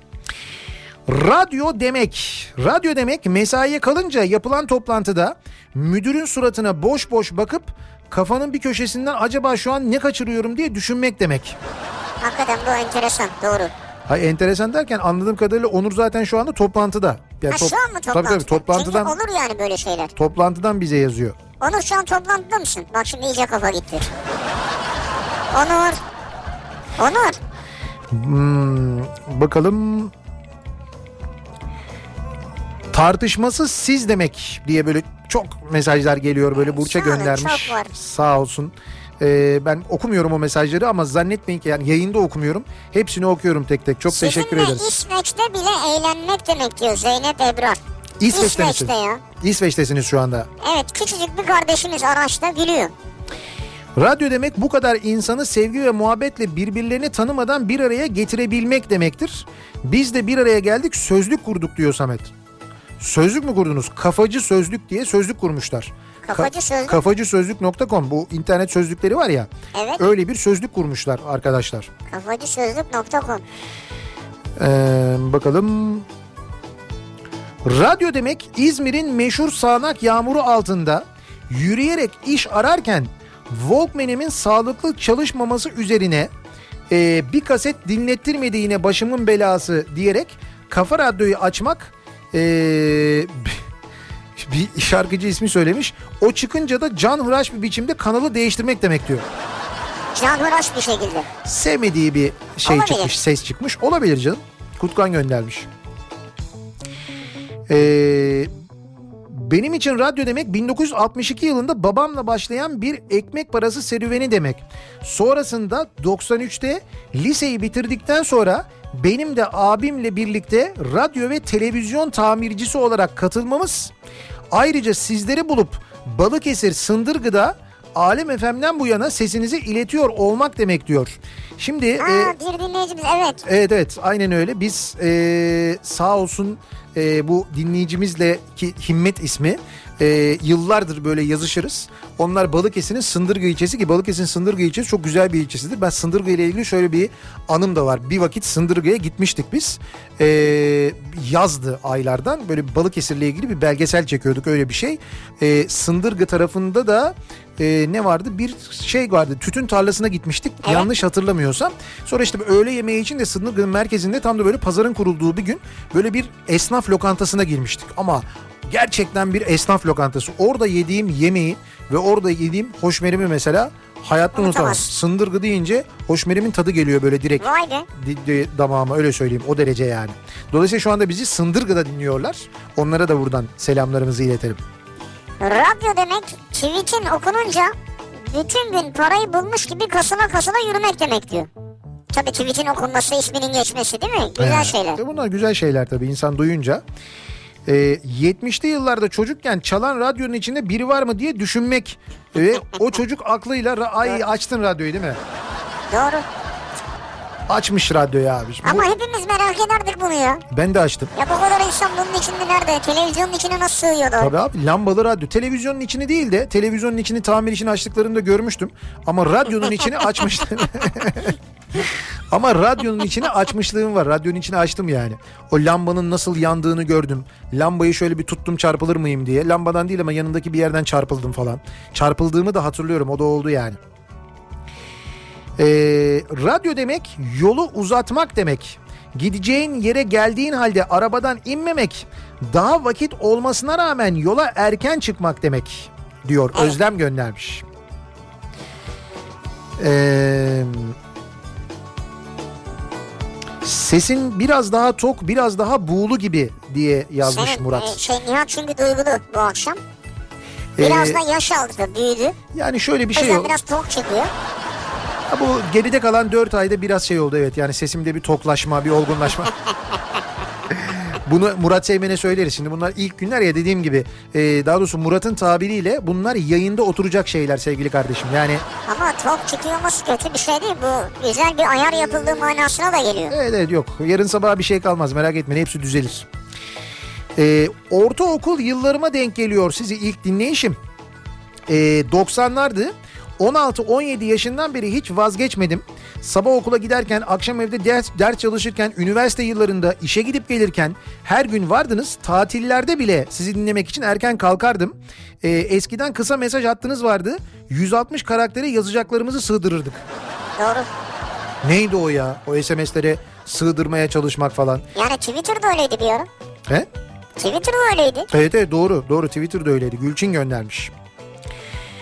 Radyo demek. Radyo demek mesaiye kalınca yapılan toplantıda müdürün suratına boş boş bakıp kafanın bir köşesinden acaba şu an ne kaçırıyorum diye düşünmek demek. Hakikaten bu enteresan, doğru. Hayır, enteresan derken anladığım kadarıyla Onur zaten şu anda toplantıda. Yani ha top... şu an mı toplantıda? Tabii tabii toplantıdan. Çünkü olur yani böyle şeyler. Toplantıdan bize yazıyor. Onur, şu an toplantıda mısın? Bak şimdi iyice kafa gitti. Onur. Onur. Hmm, bakalım. Tartışmasız siz demek diye böyle çok mesajlar geliyor, böyle Burç'a Sağ olun, göndermiş. çok var. Sağ olsun. Ee, ben okumuyorum o mesajları ama zannetmeyin ki, yani yayında okumuyorum. Hepsini okuyorum tek tek. Çok Sizinle teşekkür ederiz. İsveç'te bile eğlenmek demek diyor Zeynep Ebrar. İsveç'te misin? İsveç'te ya. İsveç'tesiniz şu anda. Evet, küçücük bir kardeşimiz araçta gülüyor. Radyo demek bu kadar insanı sevgi ve muhabbetle birbirlerini tanımadan bir araya getirebilmek demektir. Biz de bir araya geldik, sözlük kurduk diyor Samet. Sözlük mü kurdunuz? Kafacı Sözlük diye sözlük kurmuşlar. Kafacı Sözlük. Kafacı Sözlük nokta com, bu internet sözlükleri var ya. Evet. Öyle bir sözlük kurmuşlar arkadaşlar. Kafacı Sözlük nokta com. Ee, bakalım. Radyo demek İzmir'in meşhur sağanak yağmuru altında yürüyerek iş ararken Walkman'imin sağlıklı çalışmaması üzerine e, bir kaset dinlettirmediğine başımın belası diyerek Kafa Radyo'yu açmak, e, bir şarkıcı ismi söylemiş. O çıkınca da canhıraş bir biçimde kanalı değiştirmek demek diyor. Canhıraş bir şekilde. Sevmediği bir şey Olabilir. çıkmış, ses çıkmış. Olabilir canım. Kutkan göndermiş. Eee... Benim için radyo demek bin dokuz yüz altmış iki yılında babamla başlayan bir ekmek parası serüveni demek. Sonrasında doksan üçte liseyi bitirdikten sonra benim de abimle birlikte radyo ve televizyon tamircisi olarak katılmamız, ayrıca sizleri bulup Balıkesir Sındırgı'da Alem F M'den bu yana sesinizi iletiyor olmak demek diyor. Şimdi Ha, e, bir dinleyicimiz, evet. evet evet aynen öyle. Biz e, sağ olsun e, bu dinleyicimizle, ki Himmet ismi, e, yıllardır böyle yazışırız. Onlar Balıkesir'in Sındırgı ilçesi, ki Balıkesir'in Sındırgı ilçesi çok güzel bir ilçesidir. Ben Sındırgı ile ilgili şöyle bir anım da var. Bir vakit Sındırgı'ya gitmiştik biz. E, yazdı aylardan, böyle Balıkesir'le ilgili bir belgesel çekiyorduk, öyle bir şey. E, Sındırgı tarafında da e, ne vardı? Bir şey vardı. Tütün tarlasına gitmiştik. Evet. Yanlış hatırlamıyorsam. Sonra işte öğle yemeği için de Sındırgı'nın merkezinde tam da böyle pazarın kurulduğu bir gün böyle bir esnaf lokantasına girmiştik. Ama gerçekten bir esnaf lokantası. Orada yediğim yemeği ve orada yediğim hoşmerimi mesela hayatta unutamam. Unutamaz. Sındırgı deyince hoşmerimin tadı geliyor böyle direkt Vay be. di- di- damağıma, öyle söyleyeyim, o derece yani. Dolayısıyla şu anda bizi Sındırgı'da dinliyorlar. Onlara da buradan selamlarımızı iletelim. Radyo demek tweet'in okununca bütün gün parayı bulmuş gibi kasına kasına yürümek demek diyor. Tabii tweet'in okunması, isminin geçmesi, değil mi? Güzel Evet. şeyler. E bunlar güzel şeyler tabii insan duyunca. Ee, yetmişli yıllarda çocukken çalan radyonun içinde biri var mı diye düşünmek ve o çocuk aklıyla ra- ay açtın radyoyu değil mi? Doğru. Açmış radyoyu abi. Bu- Ama hepimiz merak ederdik bunu ya. Ben de açtım. Ya bu kadar insan bunun içinde nerede? Televizyonun içine nasıl sığıyordu? Tabii abi, lambalı radyo. Televizyonun içini değil de televizyonun içini tamir için açtıklarını da görmüştüm. Ama radyonun içini açmıştım. Ama radyonun içini açmışlığım var. Radyonun içini açtım yani. O lambanın nasıl yandığını gördüm. Lambayı şöyle bir tuttum, çarpılır mıyım diye. Lambadan değil ama yanındaki bir yerden çarpıldım falan. Çarpıldığımı da hatırlıyorum. O da oldu yani. Ee, radyo demek yolu uzatmak demek. Gideceğin yere geldiğin halde arabadan inmemek, daha vakit olmasına rağmen yola erken çıkmak demek diyor. Evet. Özlem göndermiş. Ee, sesin biraz daha tok, biraz daha buğulu gibi diye yazmış Senin, Murat. e, şey, Nihat çünkü duygulu bu akşam. Biraz Ee, da yaş aldı, büyüdü. Yani şöyle bir O şey yüzden oldu. biraz tok çıkıyor. Ha, bu geride kalan dört ayda biraz şey oldu, evet. Yani sesimde bir toklaşma, bir olgunlaşma. Bunu Murat Seymen'e söyleriz. Şimdi bunlar ilk günler ya, dediğim gibi. E, daha doğrusu Murat'ın tabiriyle bunlar yayında oturacak şeyler sevgili kardeşim. Yani Ama tok çıkıyor olması kötü bir şey değil. Bu güzel bir ayar yapıldığı manasına da geliyor. evet evet yok. Yarın sabah bir şey kalmaz, merak etmeyin, hepsi düzelir. E, ortaokul yıllarıma denk geliyor sizi ilk dinleyişim. E, doksanlardı. on altı on yedi yaşından beri hiç vazgeçmedim. Sabah okula giderken, akşam evde ders, ders çalışırken, üniversite yıllarında işe gidip gelirken her gün vardınız. Tatillerde bile sizi dinlemek için erken kalkardım. Ee, eskiden kısa mesaj hattınız vardı. yüz altmış karaktere yazacaklarımızı sığdırırdık. Doğru. Neydi o ya? O S M S'lere sığdırmaya çalışmak falan. Yani Twitter'da öyleydi bir ara. He? Twitter'da öyleydi. Evet evet doğru. Doğru, Twitter'da öyleydi. Gülçin göndermiş.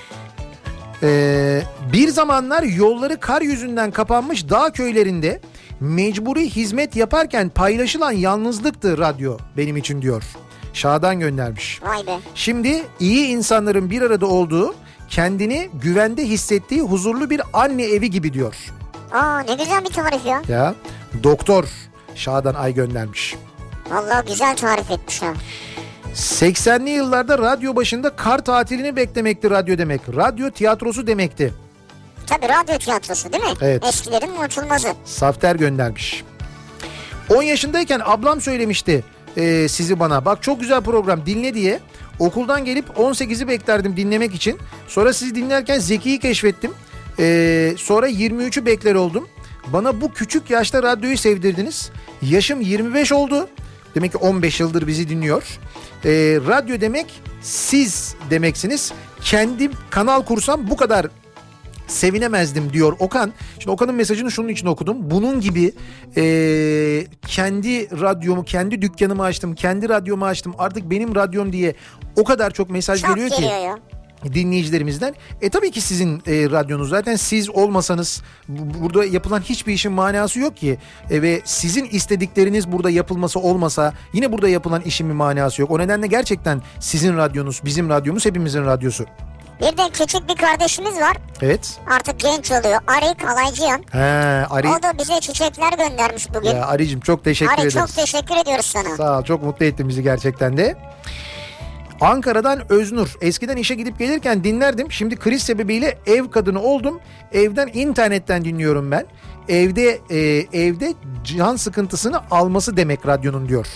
Ee, bir zamanlar yolları kar yüzünden kapanmış dağ köylerinde Mecburi hizmet yaparken paylaşılan yalnızlıktı radyo benim için diyor. Şadan göndermiş. Vay be. Şimdi iyi insanların bir arada olduğu, kendini güvende hissettiği huzurlu bir anne evi gibi diyor. Aa ne güzel bir tarif ya. Ya doktor Şadan Ay göndermiş. Vallahi güzel tarif etmiş ha. seksenli yıllarda radyo başında kar tatilini beklemekti radyo demek. Radyo tiyatrosu demekti. Tabii radyo tiyatrosu değil mi? Evet. Eskilerin unutulmazı. Safter göndermiş. on yaşındayken ablam söylemişti e, sizi bana. Bak çok güzel program dinle diye. Okuldan gelip on sekizi beklerdim dinlemek için. Sonra sizi dinlerken Zeki'yi keşfettim. E, sonra yirmi üçü bekler oldum. Bana bu küçük yaşta radyoyu sevdirdiniz. Yaşım yirmi beş oldu. Demek ki on beş yıldır bizi dinliyor. E, radyo demek siz demeksiniz. Kendim kanal kursam bu kadar sevinemezdim diyor Okan. Şimdi Okan'ın mesajını şunun için okudum. Bunun gibi e, kendi radyomu, kendi dükkanımı açtım, kendi radyomu açtım. Artık benim radyom diye o kadar çok mesaj Çok geliyor ki ya. dinleyicilerimizden. E tabii ki sizin e, radyonuz. Zaten siz olmasanız bu, burada yapılan hiçbir işin manası yok ki. E, ve sizin istedikleriniz burada yapılması olmasa yine burada yapılan işin bir manası yok. O nedenle gerçekten sizin radyonuz, bizim radyomuz, hepimizin radyosu. Bir de küçük bir kardeşimiz var. Evet. Artık genç oluyor. Ari Kalaycıyan. He, Ari. O da bize çiçekler göndermiş bugün. Ya Aricim çok teşekkür Ari ederiz. çok teşekkür ediyoruz sana. Sağ ol, çok mutlu ettin bizi gerçekten de. Ankara'dan Öznur. Eskiden işe gidip gelirken dinlerdim. Şimdi kriz sebebiyle ev kadını oldum. Evden internetten dinliyorum ben. Evde e, evde can sıkıntısını alması demek radyonun diyor.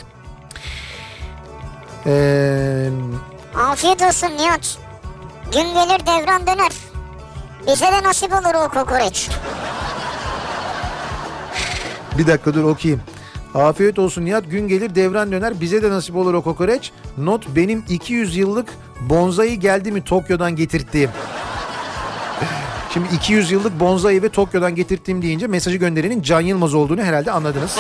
Eee... Afiyet olsun Nihat. Gün gelir devran döner. Bize de nasip olur o kokoreç. Bir dakika dur okuyayım. Afiyet olsun Nihat, gün gelir devran döner, bize de nasip olur o kokoreç. Not, benim iki yüz yıllık bonzai geldi mi Tokyo'dan getirttiğim. Şimdi iki yüz yıllık bonzai ve Tokyo'dan getirttiğim deyince mesajı gönderenin Can Yılmaz olduğunu herhalde anladınız.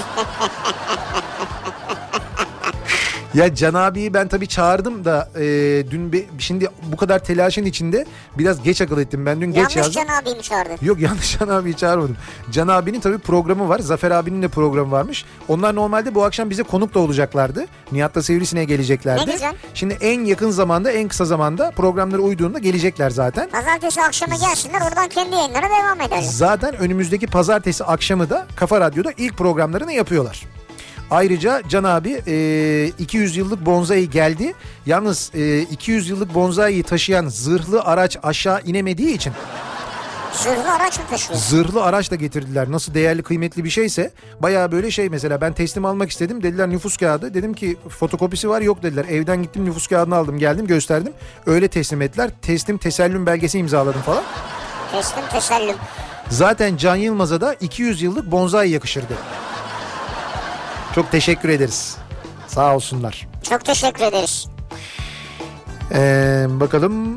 Ya Can abiyi ben tabii çağırdım da e, dün be, şimdi bu kadar telaşın içinde biraz geç akıl ettim. Ben dün geç yazdım. Yanlış Can abiyi mi çağırdın? Yok, yanlış Can abiyi çağırmadım. Can abinin tabii programı var. Zafer abinin de programı varmış. Onlar normalde bu akşam bize konuk da olacaklardı. Nihat'la Sivrisine'ye geleceklerdi. Ne güzel. Şimdi en yakın zamanda, en kısa zamanda programları uyduğunda gelecekler zaten. Pazartesi akşamı gelsinler, oradan kendi yayınlarına devam ederler. Zaten önümüzdeki pazartesi akşamı da Kafa Radyo'da ilk programlarını yapıyorlar. Ayrıca Can abi e, iki yüz yıllık bonzai geldi. Yalnız e, iki yüz yıllık bonzaiyi taşıyan zırhlı araç aşağı inemediği için Zırhlı araç mı taşıyor? zırhlı araç da getirdiler. Nasıl değerli, kıymetli bir şeyse bayağı böyle şey, mesela ben teslim almak istedim. Dediler nüfus kağıdı. Dedim ki fotokopisi var, yok dediler. Evden gittim, nüfus kağıdını aldım, geldim gösterdim. Öyle teslim ettiler. Teslim tesellüm belgesi imzaladım falan. Teslim tesellüm. Zaten Can Yılmaz'a da iki yüz yıllık bonzai yakışırdı. Çok teşekkür ederiz. Sağ olsunlar. Çok teşekkür ederiz. Ee, bakalım.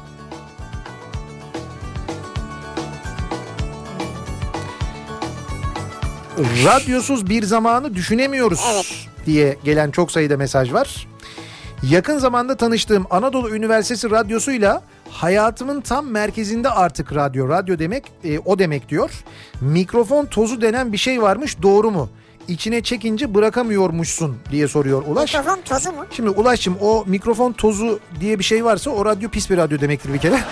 Radyosuz bir zamanı düşünemiyoruz, evet, diye gelen çok sayıda mesaj var. Yakın zamanda tanıştığım Anadolu Üniversitesi radyosuyla hayatımın tam merkezinde artık radyo. Radyo demek e, o demek diyor. Mikrofon tozu denen bir şey varmış, doğru mu? İçine çekince bırakamıyormuşsun diye soruyor Ulaş. Mikrofon tozu mu? Şimdi Ulaş'cığım, o mikrofon tozu diye bir şey varsa o radyo pis bir radyo demektir bir kere.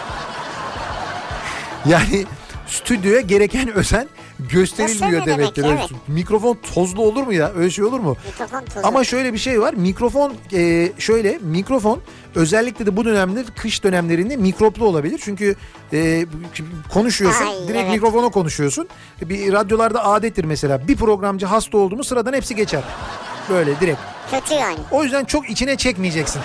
Yani stüdyoya gereken özen gösterilmiyor Göstermiyor demektir. demek ki, Evet. Mikrofon tozlu olur mu ya? Öyle şey olur mu? Mikrofon tozu. Ama şöyle bir şey var. Mikrofon e, şöyle mikrofon özellikle de bu dönemler, kış dönemlerinde mikroplu olabilir. Çünkü e, konuşuyorsun. Ay, direkt evet. mikrofona konuşuyorsun. Bir radyolarda adettir mesela. Bir programcı hasta oldu mu sıradan hepsi geçer. Böyle direkt. Kötü yani. O yüzden çok içine çekmeyeceksin.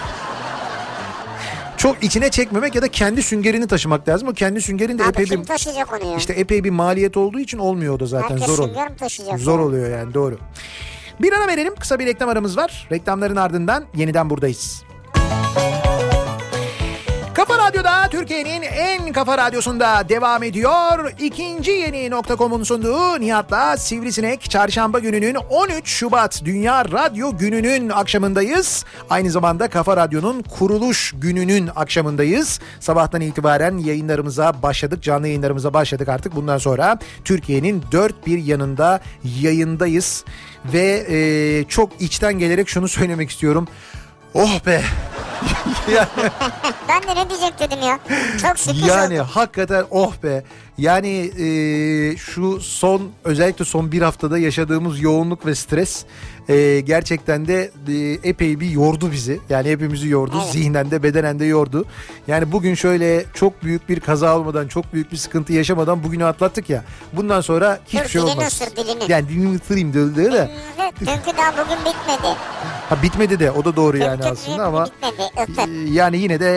Çok içine çekmemek ya da kendi süngerini taşımak lazım. O kendi süngerin de Abi epey kim bir, taşıyacak onu ya? işte epey bir maliyet olduğu için olmuyor o da zaten. Herkes Zor oluyor. sünger mi taşıyacak? Zor ya? oluyor yani, doğru. Bir ara verelim. Kısa bir reklam aramız var. Reklamların ardından yeniden buradayız. Kafa Radyo'da Radyo'da, Türkiye'nin en kafa radyosunda devam ediyor. İkinci yeni nokta com'un sunduğu Nihat'la Sivrisinek, çarşamba gününün on üç Şubat Dünya Radyo Günü'nün akşamındayız. Aynı zamanda Kafa Radyo'nun kuruluş gününün akşamındayız. Sabahtan itibaren yayınlarımıza başladık, canlı yayınlarımıza başladık artık. Bundan sonra Türkiye'nin dört bir yanında yayındayız. Ve e, çok içten gelerek şunu söylemek istiyorum. Oh be. yani, ben de ne diyecek dedim ya. Çok sürpriz Yani oldu. hakikaten oh be. Yani e, şu son, özellikle son bir haftada yaşadığımız yoğunluk ve stres e, gerçekten de e, epey bir yordu bizi. Yani hepimizi yordu. Evet. Zihnen de bedenen de yordu. Yani bugün şöyle çok büyük bir kaza olmadan, çok büyük bir sıkıntı yaşamadan bugünü atlattık ya. Bundan sonra hiçbir Dur, şey dilini olmaz. ısır, dilini. Yani dilini ısırayım dedi de. Çünkü daha bugün bitmedi. Ha, bitmedi de, o da doğru yani Tık tık aslında diye ama bitmedi. Isır. yani yine de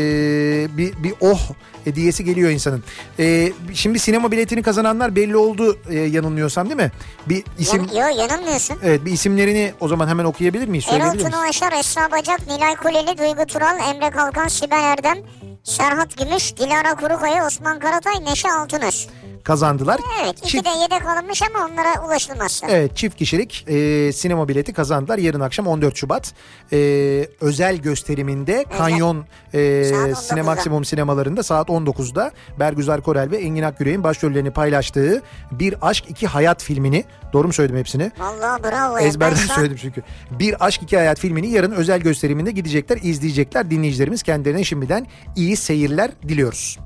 e, bir, bir oh hediyesi geliyor insanın. E, şimdi sinema biletini kazananlar belli oldu e, yanılmıyorsam, değil mi? Bir isim, Yan, yo, yanılmıyorsun. evet, bir isimlerini o zaman hemen okuyabilir miyiz? Erol Söyleyebilir Tuna miyiz? Aşar, Esra Bacak, Nilay Kuleli, Duygu Tural, Emre Kalkan, Sibel Erdem, Serhat Gümüş, Dilara Kurukaya, Osman Karatay, Neşe Altınöz. Kazandılar. Evet, iki Çift, de yedek alınmış ama onlara ulaşılmazsa. evet, çift kişilik e, sinema bileti kazandılar. Yarın akşam on dört Şubat e, özel gösteriminde Kanyon e, Saat Sinemaksimum sinemalarında saat on dokuzda Bergüzar Korel ve Engin Akgürek'in başrollerini paylaştığı Bir Aşk İki Hayat filmini, doğru mu söyledim hepsini? Vallahi bravo. ya. Ezberden Ben şu an- söyledim çünkü. Bir Aşk İki Hayat filmini yarın özel gösteriminde gidecekler, izleyecekler. Dinleyicilerimiz kendilerine şimdiden iyi seyirler diliyoruz.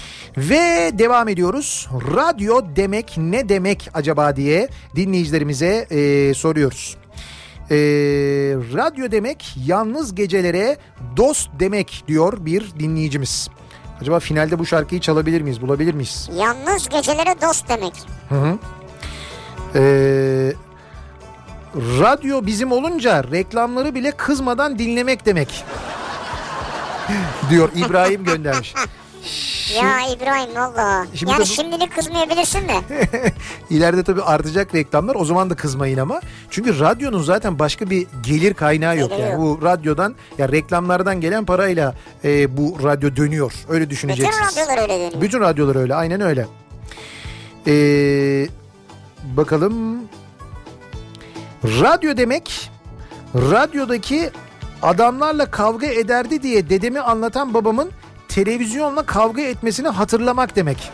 Ve devam ediyoruz. Radyo demek ne demek acaba diye dinleyicilerimize e, soruyoruz. E, radyo demek yalnız gecelere dost demek diyor bir dinleyicimiz. Acaba finalde bu şarkıyı çalabilir miyiz, bulabilir miyiz? Yalnız gecelere dost demek. Hı hı. Ee, radyo bizim olunca reklamları bile kızmadan dinlemek demek diyor İbrahim göndermiş. Ya İbrahim valla. Şimdi Yani tabii- şimdilik kızmayabilirsin de. İleride tabii artacak reklamlar, o zaman da kızmayın ama. Çünkü radyonun zaten başka bir gelir kaynağı yok. Gelir Yani yok. bu radyodan, ya reklamlardan gelen parayla e, bu radyo dönüyor. Öyle Bütün düşüneceksiniz. radyolar öyle dönüyor. Bütün radyolar öyle, aynen öyle. Ee, bakalım. Radyo demek, radyodaki adamlarla kavga ederdi diye dedemi anlatan babamın televizyonla kavga etmesini hatırlamak demek.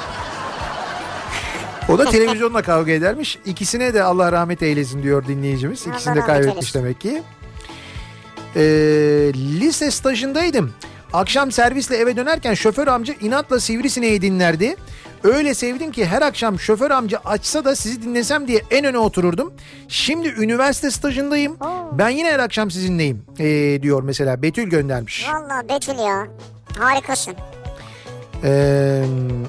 O da televizyonla kavga edermiş. İkisine de Allah rahmet eylesin diyor dinleyicimiz. Allah İkisini de rahmet kaybetmiş eylesin. demek ki. Ee, lise stajındaydım. Akşam servisle eve dönerken şoför amca inatla Sivrisineği dinlerdi. Öyle sevdim ki her akşam şoför amca açsa da sizi dinlesem diye en öne otururdum. Şimdi üniversite stajındayım. Ben yine her akşam sizinleyim ee, diyor mesela. Betül göndermiş. Valla Betül ya. Harikasın. Ee,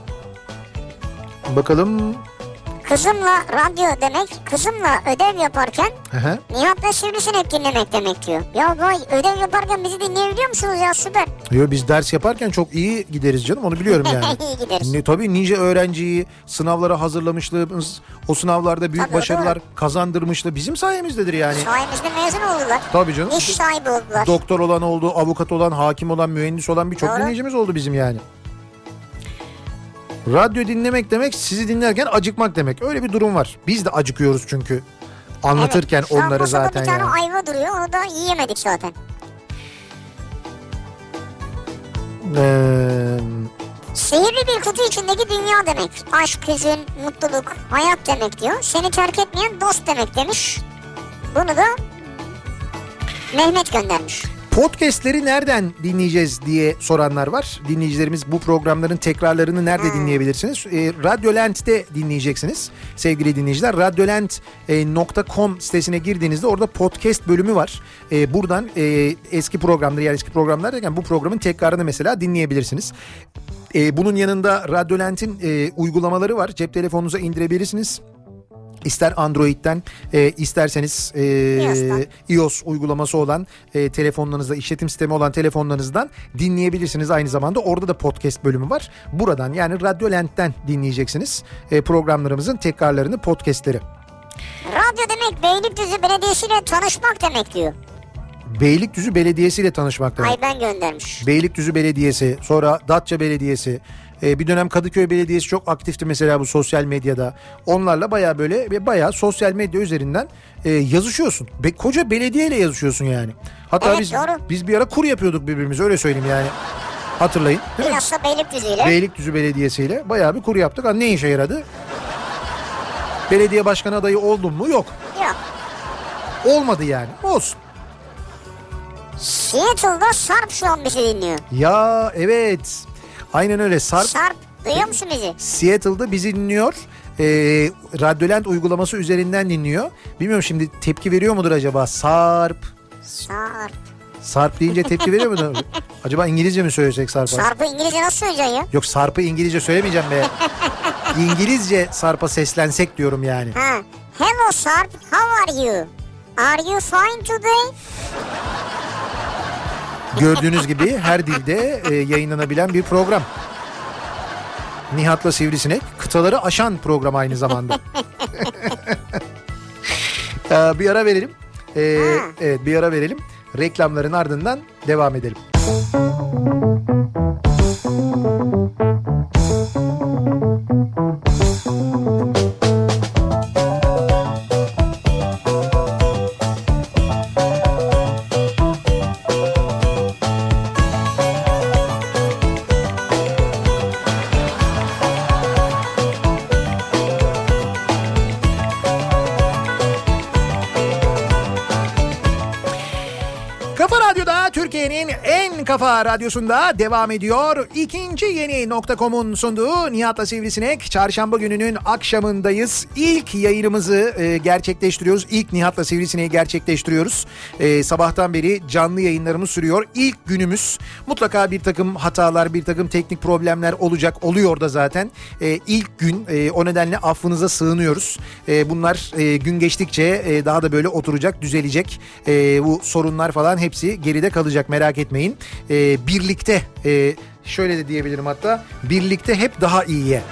bakalım. Kızımla radyo demek, kızımla ödev yaparken Aha. Nihat'la Sivrisinek dinlemek demek diyor. Ya vay, ödev yaparken bizi dinleyebiliyor musunuz ya, süper. Yo, biz ders yaparken çok iyi gideriz canım, onu biliyorum yani. İyi gideriz. Ne, tabii nice öğrenciyi sınavlara hazırlamışlığımız, o sınavlarda büyük Tabii, o başarılar doğru. kazandırmışlığı bizim sayemizdedir yani. Sayemizde mezun oldular. Tabii canım. İş sahibi oldular. Doktor olan oldu, avukat olan, hakim olan, mühendis olan birçok Doğru. dinleyicimiz oldu bizim yani. Radyo dinlemek demek sizi dinlerken acıkmak demek. Öyle bir durum var. Biz de acıkıyoruz çünkü anlatırken Evet. Şu an onları masada zaten bir tane yani. ayva duruyor, onu da yiyemedik zaten. Ee, Sihirli bir kutu içindeki dünya demek. Aşk, hüzün, mutluluk, hayat demek diyor. Seni terk etmeyen dost demek demiş. Bunu da Mehmet göndermiş. Podcast'leri nereden dinleyeceğiz diye soranlar var. Dinleyicilerimiz bu programların tekrarlarını nerede Hmm. dinleyebilirsiniz? E, Radyolent'te dinleyeceksiniz sevgili dinleyiciler. radyolent nokta com sitesine girdiğinizde orada podcast bölümü var. E, buradan e, eski programları, yani eski programlar derken bu programın tekrarını mesela dinleyebilirsiniz. E, bunun yanında Radyolent'in e, uygulamaları var. Cep telefonunuza indirebilirsiniz. İster Android'den e, isterseniz e, iOS'tan. iOS uygulaması olan e, telefonlarınızda, işletim sistemi olan telefonlarınızdan dinleyebilirsiniz aynı zamanda. Orada da podcast bölümü var. Buradan, yani Radyolent'ten dinleyeceksiniz e, programlarımızın tekrarlarını, podcastleri. Radyo demek Beylikdüzü Belediyesi ile tanışmak demek diyor. Beylikdüzü Belediyesi ile tanışmak demek. Ay ben göndermiş. Beylikdüzü Belediyesi, sonra Datça Belediyesi, e, bir dönem Kadıköy Belediyesi çok aktifti mesela bu sosyal medyada. Onlarla baya böyle baya sosyal medya üzerinden e, yazışıyorsun. Be, koca belediyeyle yazışıyorsun yani. Hatta Evet, biz doğru. biz bir ara kur yapıyorduk birbirimize, öyle söyleyeyim yani. Hatırlayın. Değil mi? Bilhassa Beylikdüzü'yle. Beylikdüzü Belediyesi ile bayağı bir kur yaptık. Ha, ne işe yaradı? Belediye başkanı adayı oldum mu? Yok. Yok. Olmadı yani. Olsun. Seattle'da Sarp şu an bizi dinliyor. Ya evet. Aynen öyle. Sarp, Sarp duyuyor musun bizi? Seattle'da bizi dinliyor. Ee, Radyolent uygulaması üzerinden dinliyor. Bilmiyorum şimdi tepki veriyor mudur acaba? Sarp. Sarp. Sarp deyince tepki veriyor mudur? Acaba İngilizce mi söylesek Sarp'a? Sarp'ı İngilizce nasıl söyleyeceksin ya? Yok, Sarp'ı İngilizce söylemeyeceğim be. İngilizce Sarp'a seslensek diyorum yani. Ha. Hello Sarp, how are you? Are you fine today? Gördüğünüz gibi her dilde e, yayınlanabilen bir program. Nihat'la Sivrisinek, kıtaları aşan program aynı zamanda. Ee, bir ara verelim. Ee, evet bir ara verelim. Reklamların ardından devam edelim. Türkiye'nin en kafa radyosunda devam ediyor. İkinci yeni nokta com'un sunduğu Nihat'la Sivrisinek. Çarşamba gününün akşamındayız. İlk yayınımızı e, gerçekleştiriyoruz. İlk Nihat'la Sivrisinek'i gerçekleştiriyoruz. E, sabahtan beri canlı yayınlarımız sürüyor. İlk günümüz. Mutlaka bir takım hatalar, bir takım teknik problemler olacak. Oluyor da zaten. E, ilk gün e, o nedenle affınıza sığınıyoruz. E, bunlar e, gün geçtikçe e, daha da böyle oturacak, düzelecek. E, bu sorunlar falan hepsi geride kalacak, merak etmeyin. Ee, birlikte e, şöyle de diyebilirim hatta, birlikte hep daha iyiye.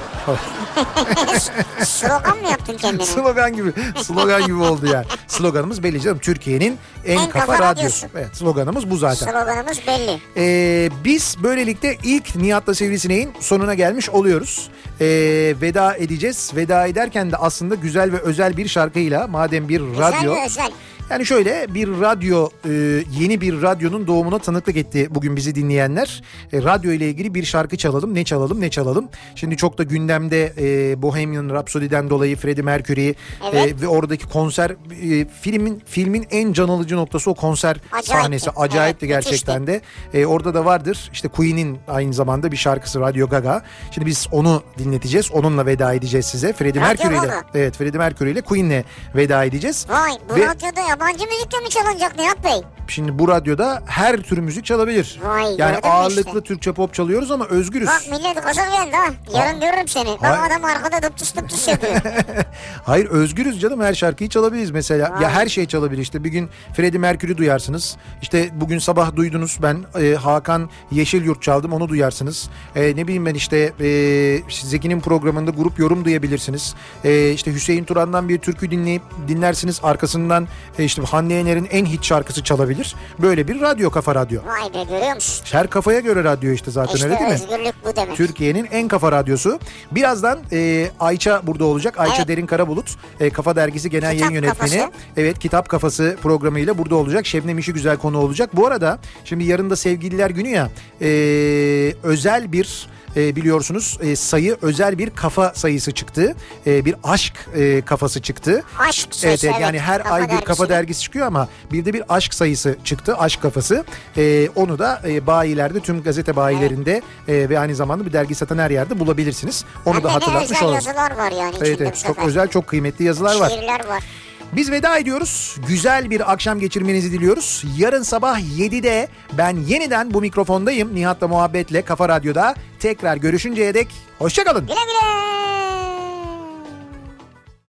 Slogan mı yaptın kendine? Slogan gibi, slogan gibi oldu yani. Sloganımız belli canım. Türkiye'nin en, en kafa, kafa radyosu. radyosu. Evet, sloganımız bu zaten. Sloganımız belli. Ee, biz böylelikle ilk Nihat'la Sivrisinek'in sonuna gelmiş oluyoruz. Ee, veda edeceğiz. Veda ederken de aslında güzel ve özel bir şarkıyla, madem bir güzel radyo. Güzel ve özel. Yani şöyle bir radyo, e, yeni bir radyonun doğumuna tanıklık etti bugün bizi dinleyenler. E, radyo ile ilgili bir şarkı çalalım, ne çalalım, ne çalalım. Şimdi çok da gündemde e, Bohemian Rhapsody'den dolayı Freddie Mercury evet. e, ve oradaki konser, e, filmin filmin en can alıcı noktası o konser Acayipti. sahnesi. Acayipti evet, gerçekten de. E, orada da vardır işte Queen'in aynı zamanda bir şarkısı Radio Gaga. Şimdi biz onu dinleteceğiz, onunla veda edeceğiz size. Freddie Mercury ile, evet Freddie Mercury ile Queen'le veda edeceğiz. Vay bu ve, radyoda yabancı müzik de mi çalınacak Nihat Bey? Şimdi bu radyoda her tür müzik çalabilir. Vay, yani ağırlıklı işte. Türkçe pop çalıyoruz ama özgürüz. Bak millet gaza geldi ha. Yarın ha. görürüm seni. Bak Hayır. adam arkada dıptıs dıptıs yapıyor. Hayır, özgürüz canım, her şarkıyı çalabiliriz mesela. Vay. Ya her şey çalabilir işte. Bir gün Freddie Mercury duyarsınız. İşte bugün sabah duydunuz, ben e, Hakan Yeşilyurt çaldım, onu duyarsınız. E, ne bileyim ben işte e, Zeki'nin programında grup yorum duyabilirsiniz. E, işte Hüseyin Turan'dan bir türkü dinleyip dinlersiniz. Arkasından e, işte Hande Yener'in en hit şarkısı çalabilir. Böyle bir radyo, Kafa Radyo. Vay be, görüyor musun? Her kafaya göre radyo işte zaten, işte öyle değil mi? İşte özgürlük bu demek. Türkiye'nin en kafa radyosu. Birazdan e, Ayça burada olacak. Ayça evet. Derin Karabulut, e, Kafa Dergisi Genel Yayın Yönetmeni. Kafası. Evet, Kitap Kafası programıyla burada olacak. Şebnem İşi Güzel konu olacak. Bu arada şimdi yarın da Sevgililer Günü ya, e, özel bir E, biliyorsunuz e, sayı, özel bir kafa sayısı çıktı. E, bir aşk e, kafası çıktı. Aşk sayısı, evet, evet. evet. Yani her kafa ay bir dergisi. Kafa dergisi çıkıyor ama bir de bir aşk sayısı çıktı. Aşk kafası. E, onu da e, bayilerde, tüm gazete bayilerinde evet. e, ve aynı zamanda bir dergi satan her yerde bulabilirsiniz. Onu hem da hatırlatmış olalım. Özel yazılar var yani. Evet, evet. Çok özel, çok kıymetli yazılar var. Şiirler var. Biz veda ediyoruz. Güzel bir akşam geçirmenizi diliyoruz. Yarın sabah yedide ben yeniden bu mikrofondayım. Nihat'la Muhabbet'le Kafa Radyo'da tekrar görüşünceye dek hoşça kalın. Güle güle.